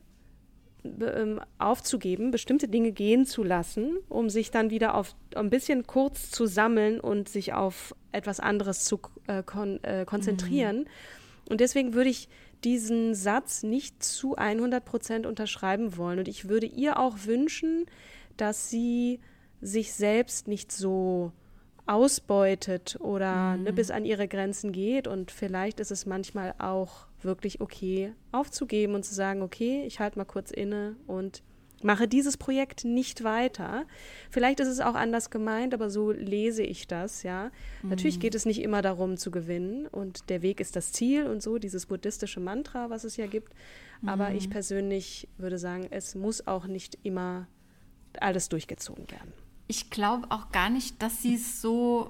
aufzugeben, bestimmte Dinge gehen zu lassen, um sich dann wieder auf ein bisschen kurz zu sammeln und sich auf etwas anderes zu äh, kon- äh, konzentrieren. Mhm. Und deswegen würde ich diesen Satz nicht zu hundert Prozent unterschreiben wollen. Und ich würde ihr auch wünschen, dass sie sich selbst nicht so ausbeutet oder mhm. ne, bis an ihre Grenzen geht. Und vielleicht ist es manchmal auch wirklich okay, aufzugeben und zu sagen, okay, ich halte mal kurz inne und mache dieses Projekt nicht weiter. Vielleicht ist es auch anders gemeint, aber so lese ich das, ja. Mhm. Natürlich geht es nicht immer darum zu gewinnen, und der Weg ist das Ziel und so, dieses buddhistische Mantra, was es ja gibt. Mhm. Aber ich persönlich würde sagen, es muss auch nicht immer alles durchgezogen werden. Ich glaube auch gar nicht, dass sie es so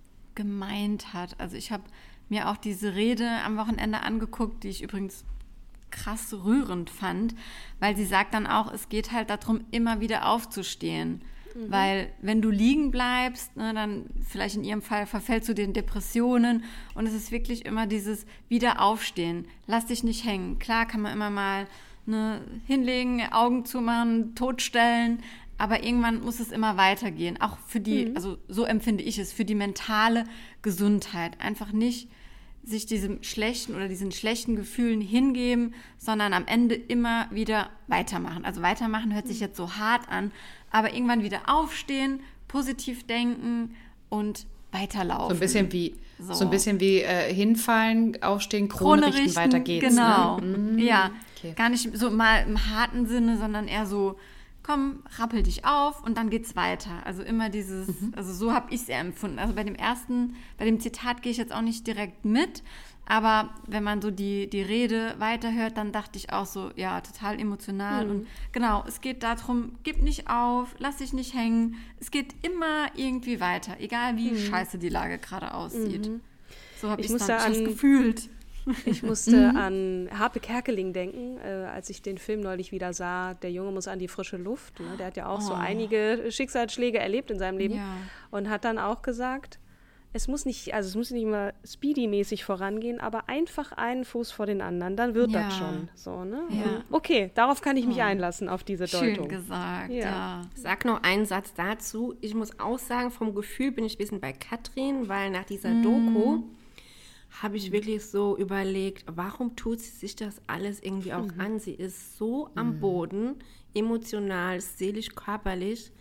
gemeint hat. Also ich habe mir auch diese Rede am Wochenende angeguckt, die ich übrigens krass rührend fand, weil sie sagt dann auch, es geht halt darum, immer wieder aufzustehen. Mhm. Weil wenn du liegen bleibst, ne, dann vielleicht in ihrem Fall verfällst du den Depressionen, und es ist wirklich immer dieses Wiederaufstehen. Lass dich nicht hängen. Klar kann man immer mal ne, hinlegen, Augen zumachen, totstellen, aber irgendwann muss es immer weitergehen. Auch für die, mhm. also so empfinde ich es, für die mentale Gesundheit. Einfach nicht sich diesem schlechten oder diesen schlechten Gefühlen hingeben, sondern am Ende immer wieder weitermachen. Also weitermachen hört sich jetzt so hart an, aber irgendwann wieder aufstehen, positiv denken und weiterlaufen. So ein bisschen wie, so. So ein bisschen wie äh, hinfallen, aufstehen, Krone, Krone richten, weiter geht's. Genau, ne? mhm. ja. Okay. Gar nicht so mal im harten Sinne, sondern eher so, komm, rappel dich auf und dann geht's weiter. Also immer dieses, mhm. also so habe ich es eher empfunden. Also bei dem ersten, bei dem Zitat gehe ich jetzt auch nicht direkt mit, aber wenn man so die, die Rede weiterhört, dann dachte ich auch so, ja, total emotional. Mhm. Und genau, es geht darum, gib nicht auf, lass dich nicht hängen. Es geht immer irgendwie weiter, egal wie mhm. scheiße die Lage gerade aussieht. Mhm. So habe ich es dann an, gefühlt. Ich musste mhm. an Harpe Kerkeling denken, äh, als ich den Film neulich wieder sah. Der Junge muss an die frische Luft. Ne? Der hat ja auch oh. so einige Schicksalsschläge erlebt in seinem Leben, ja. und hat dann auch gesagt, es muss nicht, also es muss nicht immer speedy-mäßig vorangehen, aber einfach einen Fuß vor den anderen, dann wird ja. das schon. So, ne? Ja. Okay, darauf kann ich mich oh. einlassen, auf diese Schön Deutung. Schön gesagt, ja. ja. Sag noch einen Satz dazu. Ich muss auch sagen, vom Gefühl bin ich ein bisschen bei Katrin, weil nach dieser mm. Doku habe ich wirklich so überlegt, warum tut sie sich das alles irgendwie auch mhm. an? Sie ist so mhm. am Boden, emotional, seelisch, körperlich.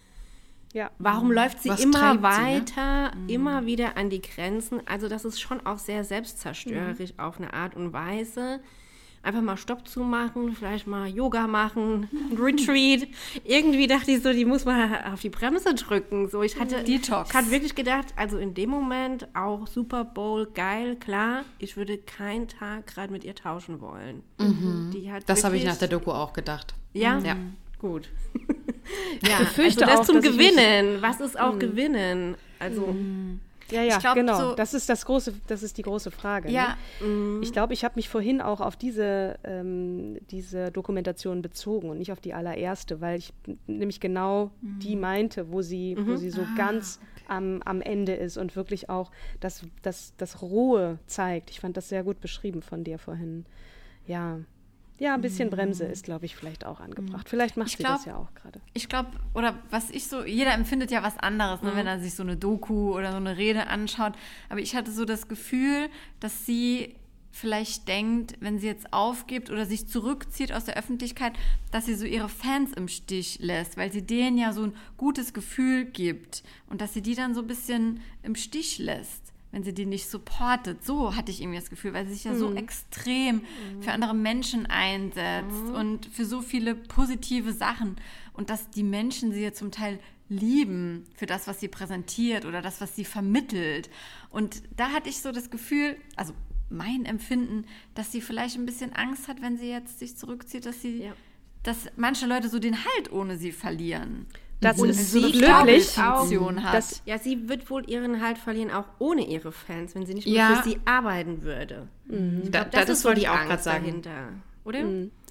Ja. Warum mhm. läuft sie Was immer weiter, sie, ne? immer wieder an die Grenzen? Also das ist schon auch sehr selbstzerstörerisch mhm. auf eine Art und Weise. Einfach mal Stopp zu machen, vielleicht mal Yoga machen, ein Retreat. Irgendwie dachte ich so, die muss man auf die Bremse drücken. So, ich hatte, Detox. Ich hatte wirklich gedacht, also in dem Moment auch Super Bowl, geil, klar. Ich würde keinen Tag gerade mit ihr tauschen wollen. Mhm. Die hat das habe ich nach der Doku auch gedacht. Ja? Ja. Gut. ja, ich befürchte also das auch, zum dass Gewinnen. Mich, Was ist auch mh. Gewinnen? Also... Mh. Ja, ja, glaub, genau. So das ist das große, das ist die große Frage. Ja. Ne? Mhm. Ich glaube, ich habe mich vorhin auch auf diese, ähm, diese Dokumentation bezogen und nicht auf die allererste, weil ich nämlich genau mhm. die meinte, wo sie, mhm. wo sie so ah, ganz okay. am, am Ende ist und wirklich auch das, das, das Rohe zeigt. Ich fand das sehr gut beschrieben von dir vorhin. Ja. Ja, ein bisschen Bremse ist, glaube ich, vielleicht auch angebracht. Vielleicht macht Ich sie glaub- das ja auch gerade. Ich glaube, oder was ich so, jeder empfindet ja was anderes, ne, wenn er sich so eine Doku oder so eine Rede anschaut. Aber ich hatte so das Gefühl, dass sie vielleicht denkt, wenn sie jetzt aufgibt oder sich zurückzieht aus der Öffentlichkeit, dass sie so ihre Fans im Stich lässt, weil sie denen ja so ein gutes Gefühl gibt und dass sie die dann so ein bisschen im Stich lässt, wenn sie die nicht supportet. So hatte ich irgendwie das Gefühl, weil sie sich ja so extrem für andere Menschen einsetzt und für so viele positive Sachen und dass die Menschen sie ja zum Teil lieben für das, was sie präsentiert oder das, was sie vermittelt. Und da hatte ich so das Gefühl, also mein Empfinden, dass sie vielleicht ein bisschen Angst hat, wenn sie jetzt sich zurückzieht, dass sie, Ja. dass manche Leute so den Halt ohne sie verlieren. Das Und ist so eine glücklich, Vorbildfunktion hat. dass Ja, sie wird wohl ihren Halt verlieren, auch ohne ihre Fans, wenn sie nicht mehr Ja. für sie arbeiten würde. Ich Da, glaub, da, das so wollte die ich auch Angst gerade sagen. dahinter. Oder?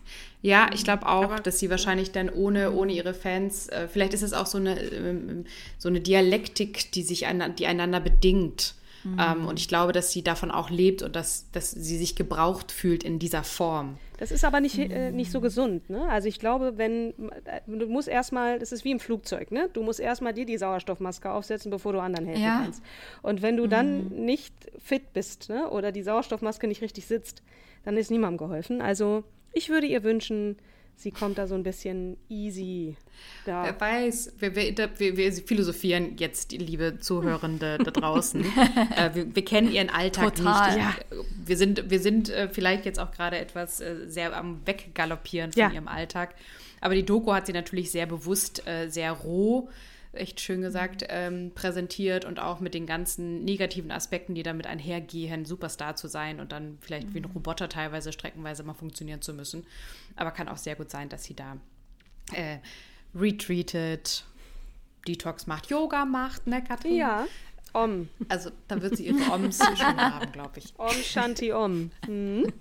Ja, ich glaube auch, Aber- dass sie wahrscheinlich dann ohne, ohne ihre Fans, äh, vielleicht ist es auch so eine, ähm, so eine Dialektik, die sich ein, die einander bedingt. Ähm, und ich glaube, dass sie davon auch lebt und dass, dass sie sich gebraucht fühlt in dieser Form. Das ist aber nicht, äh, nicht so gesund, ne? Also ich glaube, wenn, äh, du musst erstmal, das ist wie im Flugzeug, ne? Du musst erstmal dir die Sauerstoffmaske aufsetzen, bevor du anderen helfen Ja. kannst. Und wenn du dann nicht fit bist, ne? Oder die Sauerstoffmaske nicht richtig sitzt, dann ist niemandem geholfen. Also ich würde ihr wünschen, sie kommt da so ein bisschen easy da. Wer weiß, wir, wir, wir, wir philosophieren jetzt, die liebe Zuhörende da draußen. äh, wir, wir kennen ihren Alltag Total. nicht. Ja. Wir sind, wir sind äh, vielleicht jetzt auch gerade etwas äh, sehr am Weggaloppieren von Ja. ihrem Alltag. Aber die Doku hat sie natürlich sehr bewusst, äh, sehr roh, echt schön gesagt, ähm, präsentiert und auch mit den ganzen negativen Aspekten, die damit einhergehen, Superstar zu sein und dann vielleicht wie ein Roboter teilweise streckenweise mal funktionieren zu müssen. Aber kann auch sehr gut sein, dass sie da äh, retreatet, Detox macht, Yoga macht, ne, Katrin? Ja, Om. Also da wird sie ihre Oms schon haben, glaube ich. Om Shanti Om. Hm?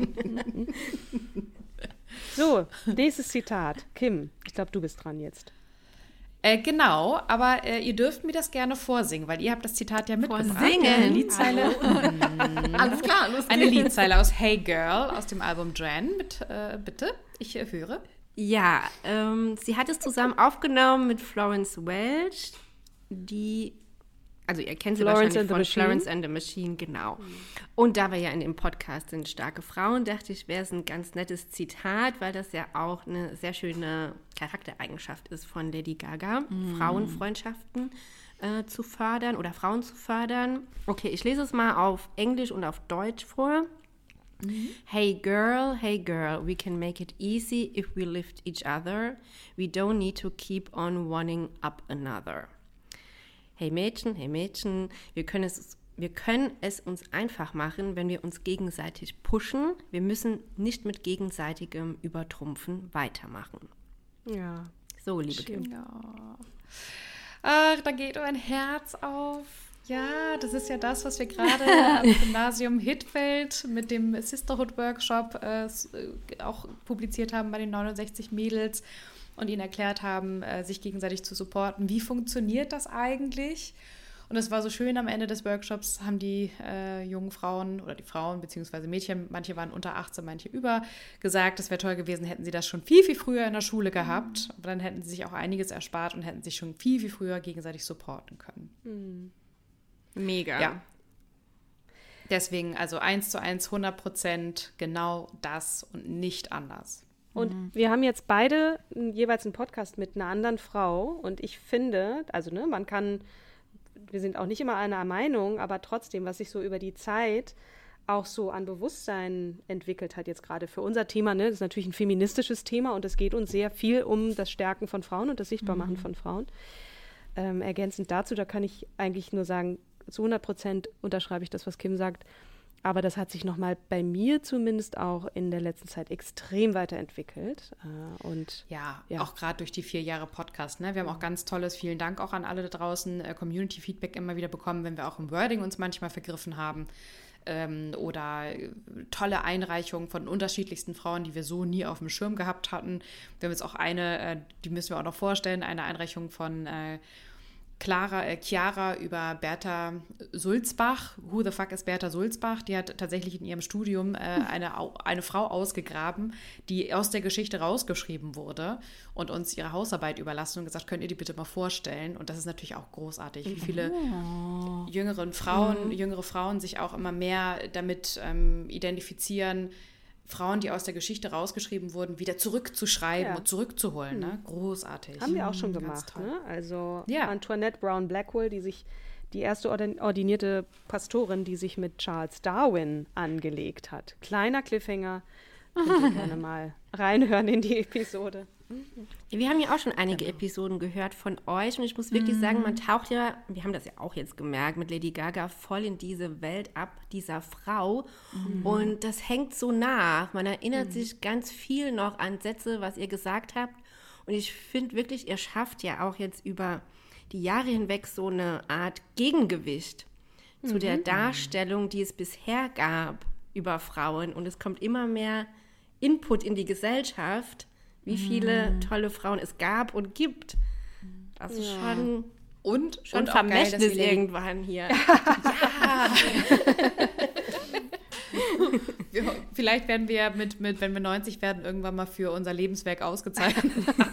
So, nächstes Zitat. Kim, ich glaube, du bist dran jetzt. Äh, genau, aber äh, ihr dürft mir das gerne vorsingen, weil ihr habt das Zitat ja mitgebracht. Vorsingen? Eine Liedzeile, Alles klar, los eine Liedzeile aus Hey Girl aus dem Album Dren. Mit, äh, bitte, ich äh, höre. Ja, ähm, sie hat es zusammen aufgenommen mit Florence Welch, die, also ihr kennt sie Florence wahrscheinlich and the von Machine. Florence and the Machine, genau. Und da wir ja in dem Podcast sind starke Frauen, dachte ich, wäre es ein ganz nettes Zitat, weil das ja auch eine sehr schöne Charaktereigenschaft ist von Lady Gaga, Frauenfreundschaften äh, zu fördern oder Frauen zu fördern. Okay, ich lese es mal auf Englisch und auf Deutsch vor. Hey girl, hey girl, we can make it easy if we lift each other. We don't need to keep on wanting up another. Hey Mädchen, hey Mädchen, wir können es, wir können es uns einfach machen, wenn wir uns gegenseitig pushen. Wir müssen nicht mit gegenseitigem Übertrumpfen weitermachen. Ja. So, liebe Kim. Ach, da geht mein Herz auf. Ja, das ist ja das, was wir gerade am Gymnasium Hittfeld mit dem Sisterhood-Workshop äh, auch publiziert haben bei den neunundsechzig Mädels und ihnen erklärt haben, äh, sich gegenseitig zu supporten. Wie funktioniert das eigentlich? Und es war so schön, am Ende des Workshops haben die äh, jungen Frauen oder die Frauen beziehungsweise Mädchen, manche waren unter achtzehn, manche über, gesagt, es wäre toll gewesen, hätten sie das schon viel, viel früher in der Schule gehabt. Aber dann hätten sie sich auch einiges erspart und hätten sich schon viel, viel früher gegenseitig supporten können. Mega. Ja. Deswegen also eins zu eins, hundert Prozent genau das und nicht anders. Und wir haben jetzt beide jeweils einen Podcast mit einer anderen Frau und ich finde, also ne, man kann, wir sind auch nicht immer einer Meinung, aber trotzdem, was sich so über die Zeit auch so an Bewusstsein entwickelt hat jetzt gerade für unser Thema, ne, das ist natürlich ein feministisches Thema und es geht uns sehr viel um das Stärken von Frauen und das Sichtbarmachen von Frauen. Ähm, ergänzend dazu, da kann ich eigentlich nur sagen, zu hundert Prozent unterschreibe ich das, was Kim sagt. Aber das hat sich nochmal bei mir zumindest auch in der letzten Zeit extrem weiterentwickelt. Äh, und Ja, Ja. auch gerade durch die vier Jahre Podcast. Ne? Wir haben auch ganz tolles, vielen Dank auch an alle da draußen, äh, Community-Feedback immer wieder bekommen, wenn wir auch im Wording uns manchmal vergriffen haben. Ähm, oder äh, tolle Einreichungen von unterschiedlichsten Frauen, die wir so nie auf dem Schirm gehabt hatten. Wir haben jetzt auch eine, äh, die müssen wir auch noch vorstellen, eine Einreichung von äh, Clara, äh, Chiara über Bertha Sulzbach. Who the fuck ist Bertha Sulzbach? Die hat tatsächlich in ihrem Studium äh, eine, eine Frau ausgegraben, die aus der Geschichte rausgeschrieben wurde und uns ihre Hausarbeit überlassen und gesagt, könnt ihr die bitte mal vorstellen? Und das ist natürlich auch großartig, wie viele oh. jüngere Frauen, mhm. jüngere Frauen sich auch immer mehr damit ähm, identifizieren, Frauen, die aus der Geschichte rausgeschrieben wurden, wieder zurückzuschreiben ja. und zurückzuholen. Ne? Großartig. Haben wir auch schon gemacht. Ne? Also ja. Antoinette Brown Blackwell, die sich die erste ordinierte Pastorin, die sich mit Charles Darwin angelegt hat. Kleiner Cliffhanger. Könnt ihr gerne mal reinhören in die Episode. Wir haben ja auch schon einige genau. Episoden gehört von euch und ich muss wirklich mhm. sagen, man taucht ja, wir haben das ja auch jetzt gemerkt, mit Lady Gaga voll in diese Welt ab, dieser Frau mhm. und das hängt so nach. Man erinnert mhm. sich ganz viel noch an Sätze, was ihr gesagt habt und ich finde wirklich, ihr schafft ja auch jetzt über die Jahre hinweg so eine Art Gegengewicht mhm. zu der Darstellung, die es bisher gab über Frauen und es kommt immer mehr Input in die Gesellschaft, wie viele tolle Frauen es gab und gibt. Das ist ja. schon, und, schon und Vermächtnis geil, irgendwann hier. Ja! wir, vielleicht werden wir mit, mit, wenn wir neunzig werden, irgendwann mal für unser Lebenswerk ausgezeichnet.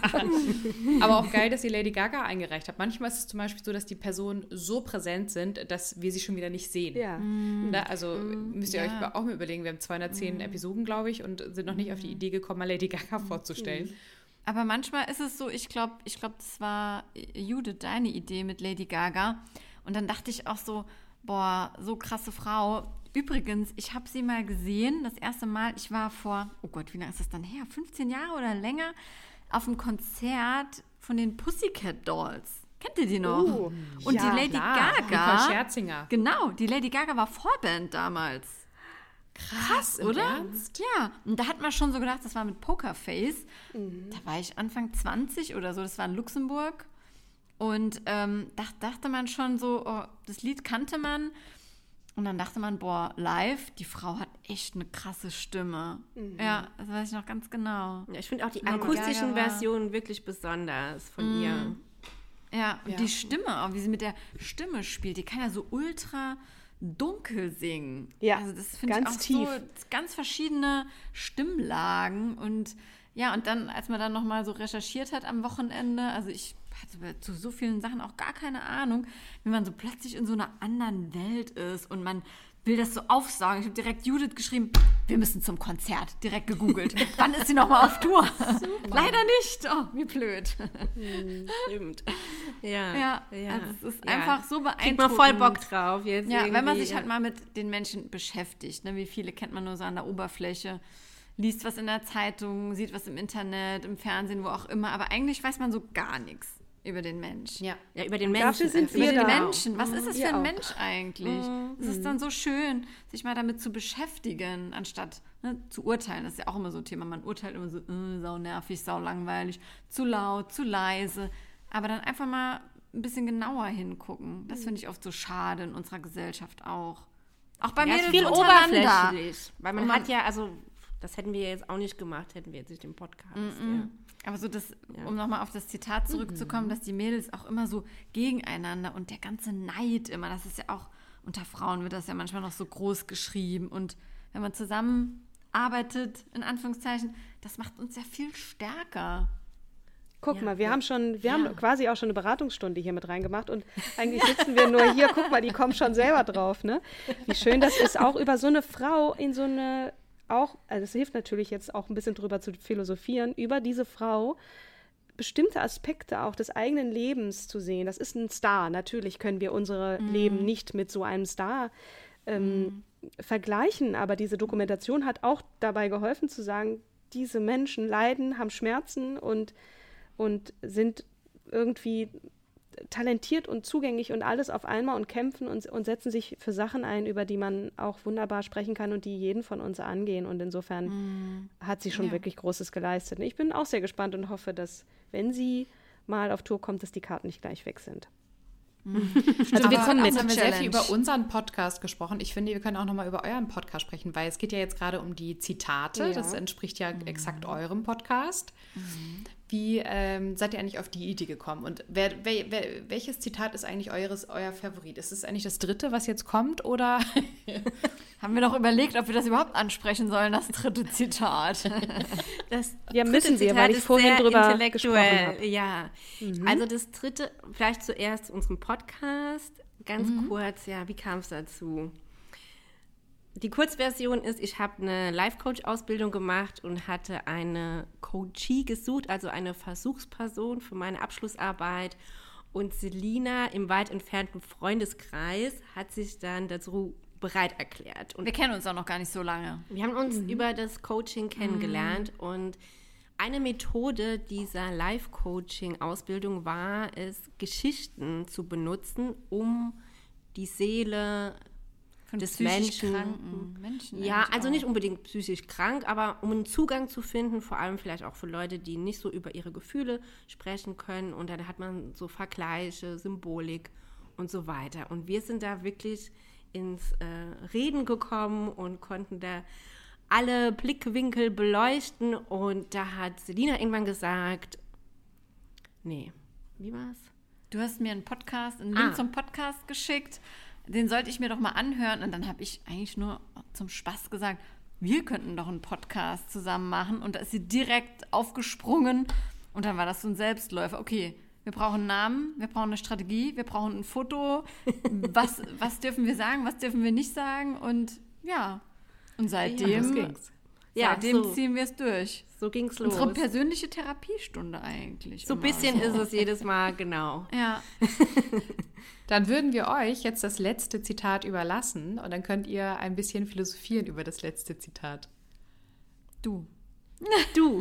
Aber auch geil, dass ihr Lady Gaga eingereicht habt. Manchmal ist es zum Beispiel so, dass die Personen so präsent sind, dass wir sie schon wieder nicht sehen. Ja. Mm. Da, also mm. müsst ihr ja. euch auch mal überlegen, wir haben zweihundertzehn mm. Episoden, glaube ich, und sind noch nicht mm. auf die Idee gekommen, mal Lady Gaga vorzustellen. Mm. Aber manchmal ist es so, ich glaube, ich glaube, das war Judith, deine Idee mit Lady Gaga. Und dann dachte ich auch so, boah, so krasse Frau. Übrigens, ich habe sie mal gesehen, das erste Mal, ich war vor, oh Gott, wie lange ist das dann her? fünfzehn Jahre oder länger, auf einem Konzert von den Pussycat Dolls. Kennt ihr die noch? Uh, und ja, die Lady klar. Gaga. Nicole Scherzinger. Genau, die Lady Gaga war Vorband damals. Krass, Krass oder? Ernst? Ja, und da hat man schon so gedacht, das war mit Pokerface. Mhm. Da war ich Anfang zwanzig oder so, das war in Luxemburg. Und ähm, da dachte man schon so, oh, das Lied kannte man. Und dann dachte man, boah, live, die Frau hat echt eine krasse Stimme. Mhm. Ja, das weiß ich noch ganz genau. Ja, ich finde auch die akustischen Versionen wirklich besonders von mhm. ihr. Ja, und ja. die Stimme, auch wie sie mit der Stimme spielt, die kann ja so ultra dunkel singen. Ja, also das finde ich auch tief. So ganz verschiedene Stimmlagen. Und ja, und dann, als man dann nochmal so recherchiert hat am Wochenende, also ich hatte zu so vielen Sachen auch gar keine Ahnung, wie man so plötzlich in so einer anderen Welt ist und man will das so aufsaugen. Ich habe direkt Judith geschrieben, wir müssen zum Konzert. Direkt gegoogelt. Wann ist sie nochmal auf Tour? Leider nicht. Oh, wie blöd. Stimmt. Ja, ja, ja. Also es ist ja. einfach so beeindruckend. Kriegt man voll Bock drauf. Jetzt ja, wenn man sich ja. halt mal mit den Menschen beschäftigt. Ne? Wie viele kennt man nur so an der Oberfläche. Liest was in der Zeitung, sieht was im Internet, im Fernsehen, wo auch immer. Aber eigentlich weiß man so gar nichts über den Menschen. Ja, ja über den Menschen. Sind über wir den da. Menschen. Was ist es wir für ein auch. Mensch eigentlich? Mhm. Es ist dann so schön, sich mal damit zu beschäftigen, anstatt ne, zu urteilen. Das ist ja auch immer so ein Thema. Man urteilt immer so, äh, sau nervig, sau langweilig, zu laut, zu leise. Aber dann einfach mal ein bisschen genauer hingucken. Das finde ich oft so schade in unserer Gesellschaft auch. Auch bei ja, Mädels viel untereinander. Oberflächlich. Weil man, man hat ja, also das hätten wir jetzt auch nicht gemacht, hätten wir jetzt nicht den Podcast. Mm-mm. Ja. Aber so das, ja. um nochmal auf das Zitat zurückzukommen, mhm. dass die Mädels auch immer so gegeneinander und der ganze Neid immer, das ist ja auch, unter Frauen wird das ja manchmal noch so groß geschrieben und wenn man zusammenarbeitet, in Anführungszeichen, das macht uns ja viel stärker. Guck ja. mal, wir haben schon, wir ja. haben quasi auch schon eine Beratungsstunde hier mit reingemacht und eigentlich sitzen wir nur hier, guck mal, die kommen schon selber drauf, ne? Wie schön das ist, auch über so eine Frau in so eine auch, also es hilft natürlich jetzt auch ein bisschen drüber zu philosophieren, über diese Frau bestimmte Aspekte auch des eigenen Lebens zu sehen. Das ist ein Star. Natürlich können wir unsere mm. Leben nicht mit so einem Star ähm, mm. vergleichen, aber diese Dokumentation hat auch dabei geholfen zu sagen, diese Menschen leiden, haben Schmerzen und, und sind irgendwie talentiert und zugänglich und alles auf einmal und kämpfen und, und setzen sich für Sachen ein, über die man auch wunderbar sprechen kann und die jeden von uns angehen. Und insofern mm. hat sie schon ja. wirklich Großes geleistet. Ich bin auch sehr gespannt und hoffe, dass, wenn sie mal auf Tour kommt, dass die Karten nicht gleich weg sind. Also wir können mit haben wir sehr viel über unseren Podcast gesprochen. Ich finde, wir können auch nochmal über euren Podcast sprechen, weil es geht ja jetzt gerade um die Zitate. Ja. Das entspricht ja mhm. exakt eurem Podcast. Mhm. Wie ähm, seid ihr eigentlich auf die Idee gekommen? Und wer, wer, wer, welches Zitat ist eigentlich eures, euer Favorit? Ist es eigentlich das dritte, was jetzt kommt, oder? Haben wir noch überlegt, ob wir das überhaupt ansprechen sollen, das dritte Zitat. Das ja, müssen wir, weil ich vorhin drüber gesprochen habe. Ja, mhm. Also das dritte, vielleicht zuerst zu unserem Podcast. Ganz mhm. kurz, ja, wie kam es dazu? Die Kurzversion ist, ich habe eine Life-Coach-Ausbildung gemacht und hatte eine Coachie gesucht, also eine Versuchsperson für meine Abschlussarbeit. Und Selina im weit entfernten Freundeskreis hat sich dann dazu bereit erklärt. Und wir kennen uns auch noch gar nicht so lange. Wir haben uns mhm. über das Coaching kennengelernt mhm. und eine Methode dieser Life-Coaching-Ausbildung war es, Geschichten zu benutzen, um die Seele Von des psychisch Menschen, kranken Menschen. Ja, also auch. Nicht unbedingt psychisch krank, aber um einen Zugang zu finden, vor allem vielleicht auch für Leute, die nicht so über ihre Gefühle sprechen können. Und dann hat man so Vergleiche, Symbolik und so weiter. Und wir sind da wirklich ins äh, Reden gekommen und konnten da alle Blickwinkel beleuchten. Und da hat Selina irgendwann gesagt, nee, wie war's? Du hast mir einen Podcast, einen Link ah. zum Podcast geschickt. Den sollte ich mir doch mal anhören. Und dann habe ich eigentlich nur zum Spaß gesagt, wir könnten doch einen Podcast zusammen machen. Und da ist sie direkt aufgesprungen. Und dann war das so ein Selbstläufer. Okay, wir brauchen einen Namen, wir brauchen eine Strategie, wir brauchen ein Foto. Was, was dürfen wir sagen, was dürfen wir nicht sagen? Und ja, und seitdem, ja, ja, seitdem so. ziehen wir es durch. So ging's los. Unsere persönliche Therapiestunde eigentlich. So ein bisschen ist es jedes Mal, genau. Ja. Dann würden wir euch jetzt das letzte Zitat überlassen und dann könnt ihr ein bisschen philosophieren über das letzte Zitat. Du. Du.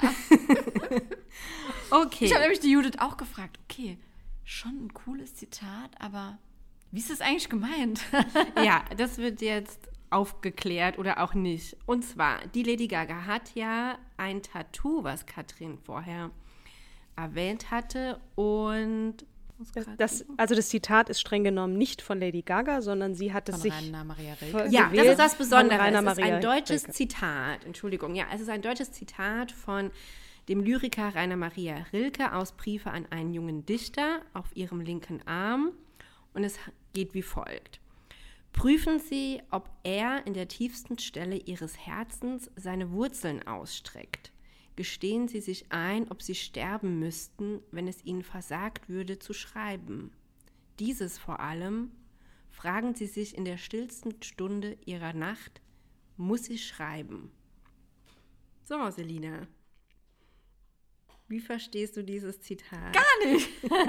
Okay. Ich habe nämlich die Judith auch gefragt, okay, schon ein cooles Zitat, aber wie ist das eigentlich gemeint? Ja, das wird jetzt aufgeklärt oder auch nicht. Und zwar, die Lady Gaga hat ja ein Tattoo, was Katrin vorher erwähnt hatte. Und das, also das Zitat ist streng genommen nicht von Lady Gaga, sondern sie hat es von sich Rainer Maria Rilke. Ja, das ist das Besondere. Es ist Maria ein deutsches Rilke. Zitat. Entschuldigung, ja, es ist ein deutsches Zitat von dem Lyriker Rainer Maria Rilke aus Briefe an einen jungen Dichter auf ihrem linken Arm. Und es geht wie folgt. Prüfen Sie, ob er in der tiefsten Stelle Ihres Herzens seine Wurzeln ausstreckt. Gestehen Sie sich ein, ob Sie sterben müssten, wenn es Ihnen versagt würde, zu schreiben. Dieses vor allem, fragen Sie sich in der stillsten Stunde Ihrer Nacht, muss ich schreiben? So, Selina, wie verstehst du dieses Zitat? Gar nicht!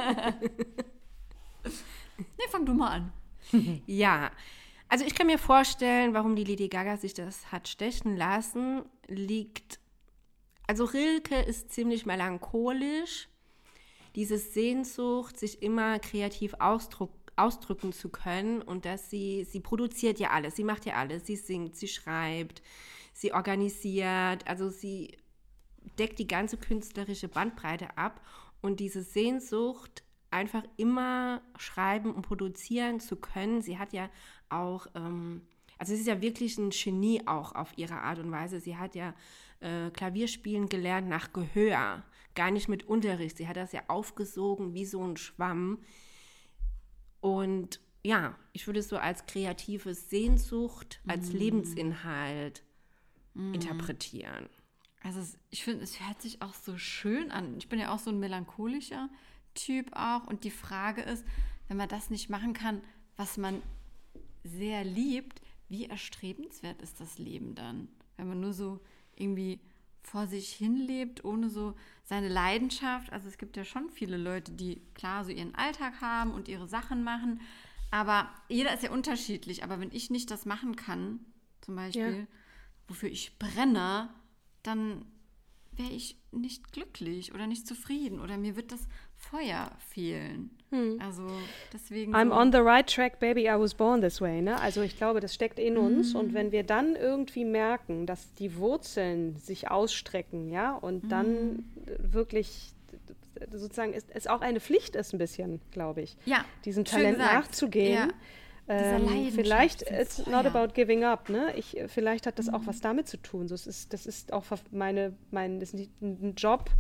Nee, fang du mal an. Ja, also ich kann mir vorstellen, warum die Lady Gaga sich das hat stechen lassen, liegt, also Rilke ist ziemlich melancholisch, diese Sehnsucht, sich immer kreativ ausdruck, ausdrücken zu können und dass sie, sie produziert ja alles, sie macht ja alles, sie singt, sie schreibt, sie organisiert, also sie deckt die ganze künstlerische Bandbreite ab und diese Sehnsucht, einfach immer schreiben und produzieren zu können. Sie hat ja auch, ähm, also sie ist ja wirklich ein Genie auch auf ihre Art und Weise. Sie hat ja äh, Klavierspielen gelernt nach Gehör, gar nicht mit Unterricht. Sie hat das ja aufgesogen wie so ein Schwamm. Und ja, ich würde es so als kreative Sehnsucht, als mm. Lebensinhalt mm. interpretieren. Also es, ich finde, es hört sich auch so schön an. Ich bin ja auch so ein melancholischer Typ auch. Und die Frage ist, wenn man das nicht machen kann, was man sehr liebt, wie erstrebenswert ist das Leben dann? Wenn man nur so irgendwie vor sich hin lebt, ohne so seine Leidenschaft. Also es gibt ja schon viele Leute, die klar so ihren Alltag haben und ihre Sachen machen. Aber jeder ist ja unterschiedlich. Aber wenn ich nicht das machen kann, zum Beispiel, ja. wofür ich brenne, dann wäre ich nicht glücklich oder nicht zufrieden oder mir wird das Feuer fehlen. Hm. Also deswegen I'm so on the right track, baby, I was born this way. Ne? Also ich glaube, das steckt in uns. Mm. Und wenn wir dann irgendwie merken, dass die Wurzeln sich ausstrecken, ja, und mm. dann wirklich sozusagen ist es auch eine Pflicht ist ein bisschen, glaube ich, ja, diesem Talent gesagt. nachzugehen. Ja. Ähm, vielleicht it's not about giving up, ne? Ich, vielleicht hat das mhm. auch was damit zu tun. So, es ist, das ist auch meine, mein, das ist nicht ein Job,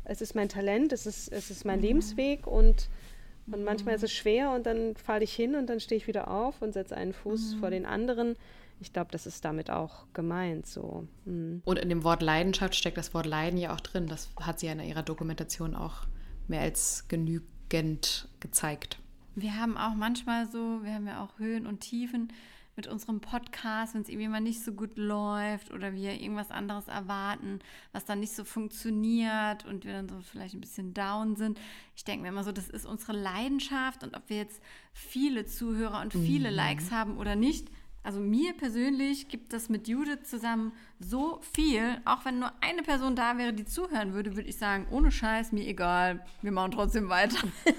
es ist mein Talent, es ist, es ist mein Lebensweg und, und manchmal ist es schwer und dann falle ich hin und dann stehe ich wieder auf und setze einen Fuß mhm. vor den anderen. Ich glaube, das ist damit auch gemeint so. Mhm. Und in dem Wort Leidenschaft steckt das Wort Leiden ja auch drin. Das hat sie ja in ihrer Dokumentation auch mehr als genügend gezeigt. Wir haben auch manchmal so, wir haben ja auch Höhen und Tiefen mit unserem Podcast, wenn es irgendwie mal nicht so gut läuft oder wir irgendwas anderes erwarten, was dann nicht so funktioniert und wir dann so vielleicht ein bisschen down sind. Ich denke mir immer so, das ist unsere Leidenschaft und ob wir jetzt viele Zuhörer und viele mhm. Likes haben oder nicht, also mir persönlich gibt das mit Judith zusammen so viel, auch wenn nur eine Person da wäre, die zuhören würde, würde ich sagen, ohne Scheiß, mir egal, wir machen trotzdem weiter.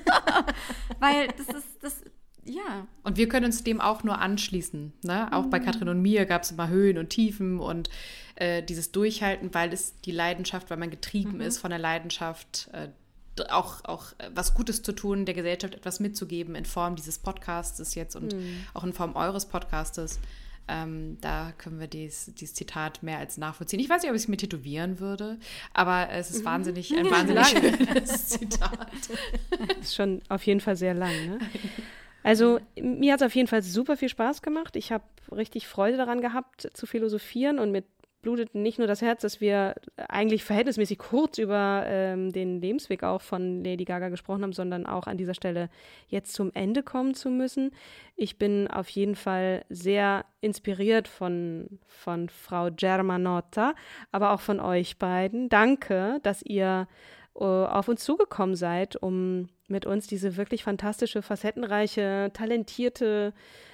Weil das ist, das ja. Und wir können uns dem auch nur anschließen. Ne? Auch mhm. bei Katrin und mir gab es immer Höhen und Tiefen und äh, dieses Durchhalten, weil es die Leidenschaft, weil man getrieben mhm. ist von der Leidenschaft, äh, auch, auch was Gutes zu tun, der Gesellschaft etwas mitzugeben in Form dieses Podcastes jetzt und mhm. auch in Form eures Podcastes. Ähm, da können wir dies, dieses Zitat mehr als nachvollziehen. Ich weiß nicht, ob ich es mir tätowieren würde, aber es ist wahnsinnig, ein wahnsinnig schönes Zitat. Das ist schon auf jeden Fall sehr lang, ne? Also mir hat es auf jeden Fall super viel Spaß gemacht. Ich habe richtig Freude daran gehabt, zu philosophieren und mir blutet nicht nur das Herz, dass wir eigentlich verhältnismäßig kurz über ähm, den Lebensweg auch von Lady Gaga gesprochen haben, sondern auch an dieser Stelle jetzt zum Ende kommen zu müssen. Ich bin auf jeden Fall sehr inspiriert von, von Frau Germanotta, aber auch von euch beiden. Danke, dass ihr uh, auf uns zugekommen seid, um mit uns diese wirklich fantastische, facettenreiche, talentierte,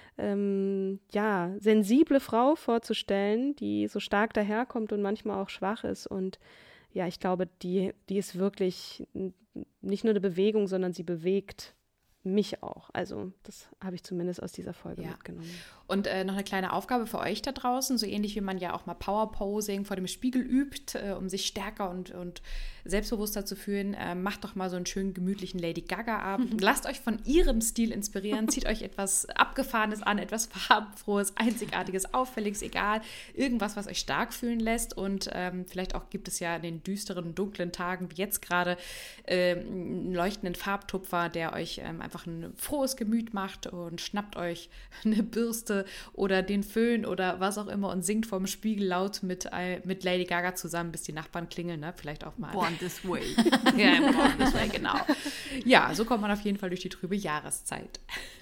ähm, ja, sensible Frau vorzustellen, die so stark daherkommt und manchmal auch schwach ist. Und ja, ich glaube, die, die ist wirklich nicht nur eine Bewegung, sondern sie bewegt mich auch. Also das habe ich zumindest aus dieser Folge ja. mitgenommen. Und äh, noch eine kleine Aufgabe für euch da draußen, so ähnlich wie man ja auch mal Powerposing vor dem Spiegel übt, äh, um sich stärker und, und selbstbewusster zu fühlen. Äh, macht doch mal so einen schönen, gemütlichen Lady Gaga-Abend. Lasst euch von ihrem Stil inspirieren. Zieht euch etwas Abgefahrenes an, etwas Farbenfrohes, Einzigartiges, Auffälliges, egal. Irgendwas, was euch stark fühlen lässt. Und ähm, vielleicht auch gibt es ja in den düsteren, dunklen Tagen, wie jetzt gerade, äh, einen leuchtenden Farbtupfer, der euch ähm, einfach ein frohes Gemüt macht und schnappt euch eine Bürste oder den Föhn oder was auch immer und singt vorm Spiegel laut mit, mit Lady Gaga zusammen, bis die Nachbarn klingeln, ne? Vielleicht auch mal. Born this way. Ja, born this way, genau. Ja, so kommt man auf jeden Fall durch die trübe Jahreszeit.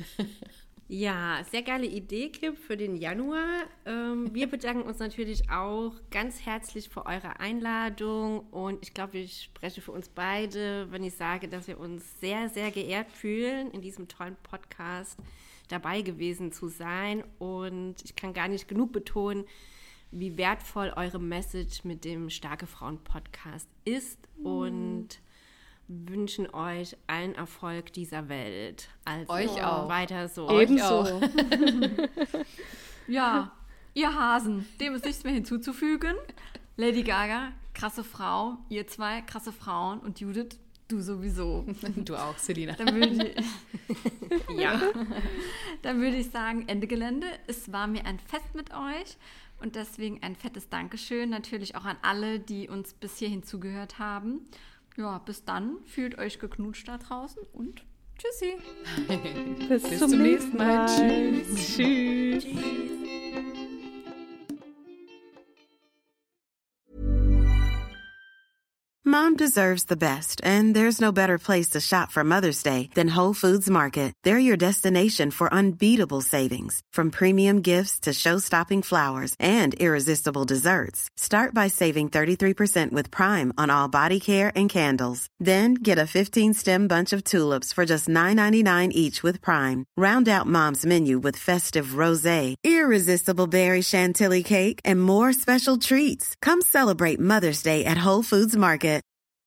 Ja, sehr geile Idee, Kim, für den Januar. Ähm, wir bedanken uns natürlich auch ganz herzlich für eure Einladung und ich glaube, ich spreche für uns beide, wenn ich sage, dass wir uns sehr, sehr geehrt fühlen, in diesem tollen Podcast dabei gewesen zu sein und ich kann gar nicht genug betonen, wie wertvoll eure Message mit dem Starke Frauen Podcast ist mhm. und wünschen euch allen Erfolg dieser Welt. Also euch auch. Weiter so. Ebenso. Ja, ihr Hasen, dem ist nichts mehr hinzuzufügen. Lady Gaga, krasse Frau, ihr zwei, krasse Frauen und Judith, du sowieso. Du auch, Selina. Dann würde ich, ja. Dann würde ich sagen, Ende Gelände. Es war mir ein Fest mit euch und deswegen ein fettes Dankeschön natürlich auch an alle, die uns bis hierhin zugehört haben. Ja, bis dann. Fühlt euch geknutscht da draußen und tschüssi. bis, bis zum, zum nächsten Mal. Mal. Tschüss. Tschüss. Tschüss. Mom deserves the best, and there's no better place to shop for Mother's Day than Whole Foods Market. They're your destination for unbeatable savings, from premium gifts to show-stopping flowers and irresistible desserts. Start by saving thirty-three percent with Prime on all body care and candles. Then get a fifteen-stem bunch of tulips for just nine ninety-nine each with Prime. Round out Mom's menu with festive rosé, irresistible berry chantilly cake, and more special treats. Come celebrate Mother's Day at Whole Foods Market.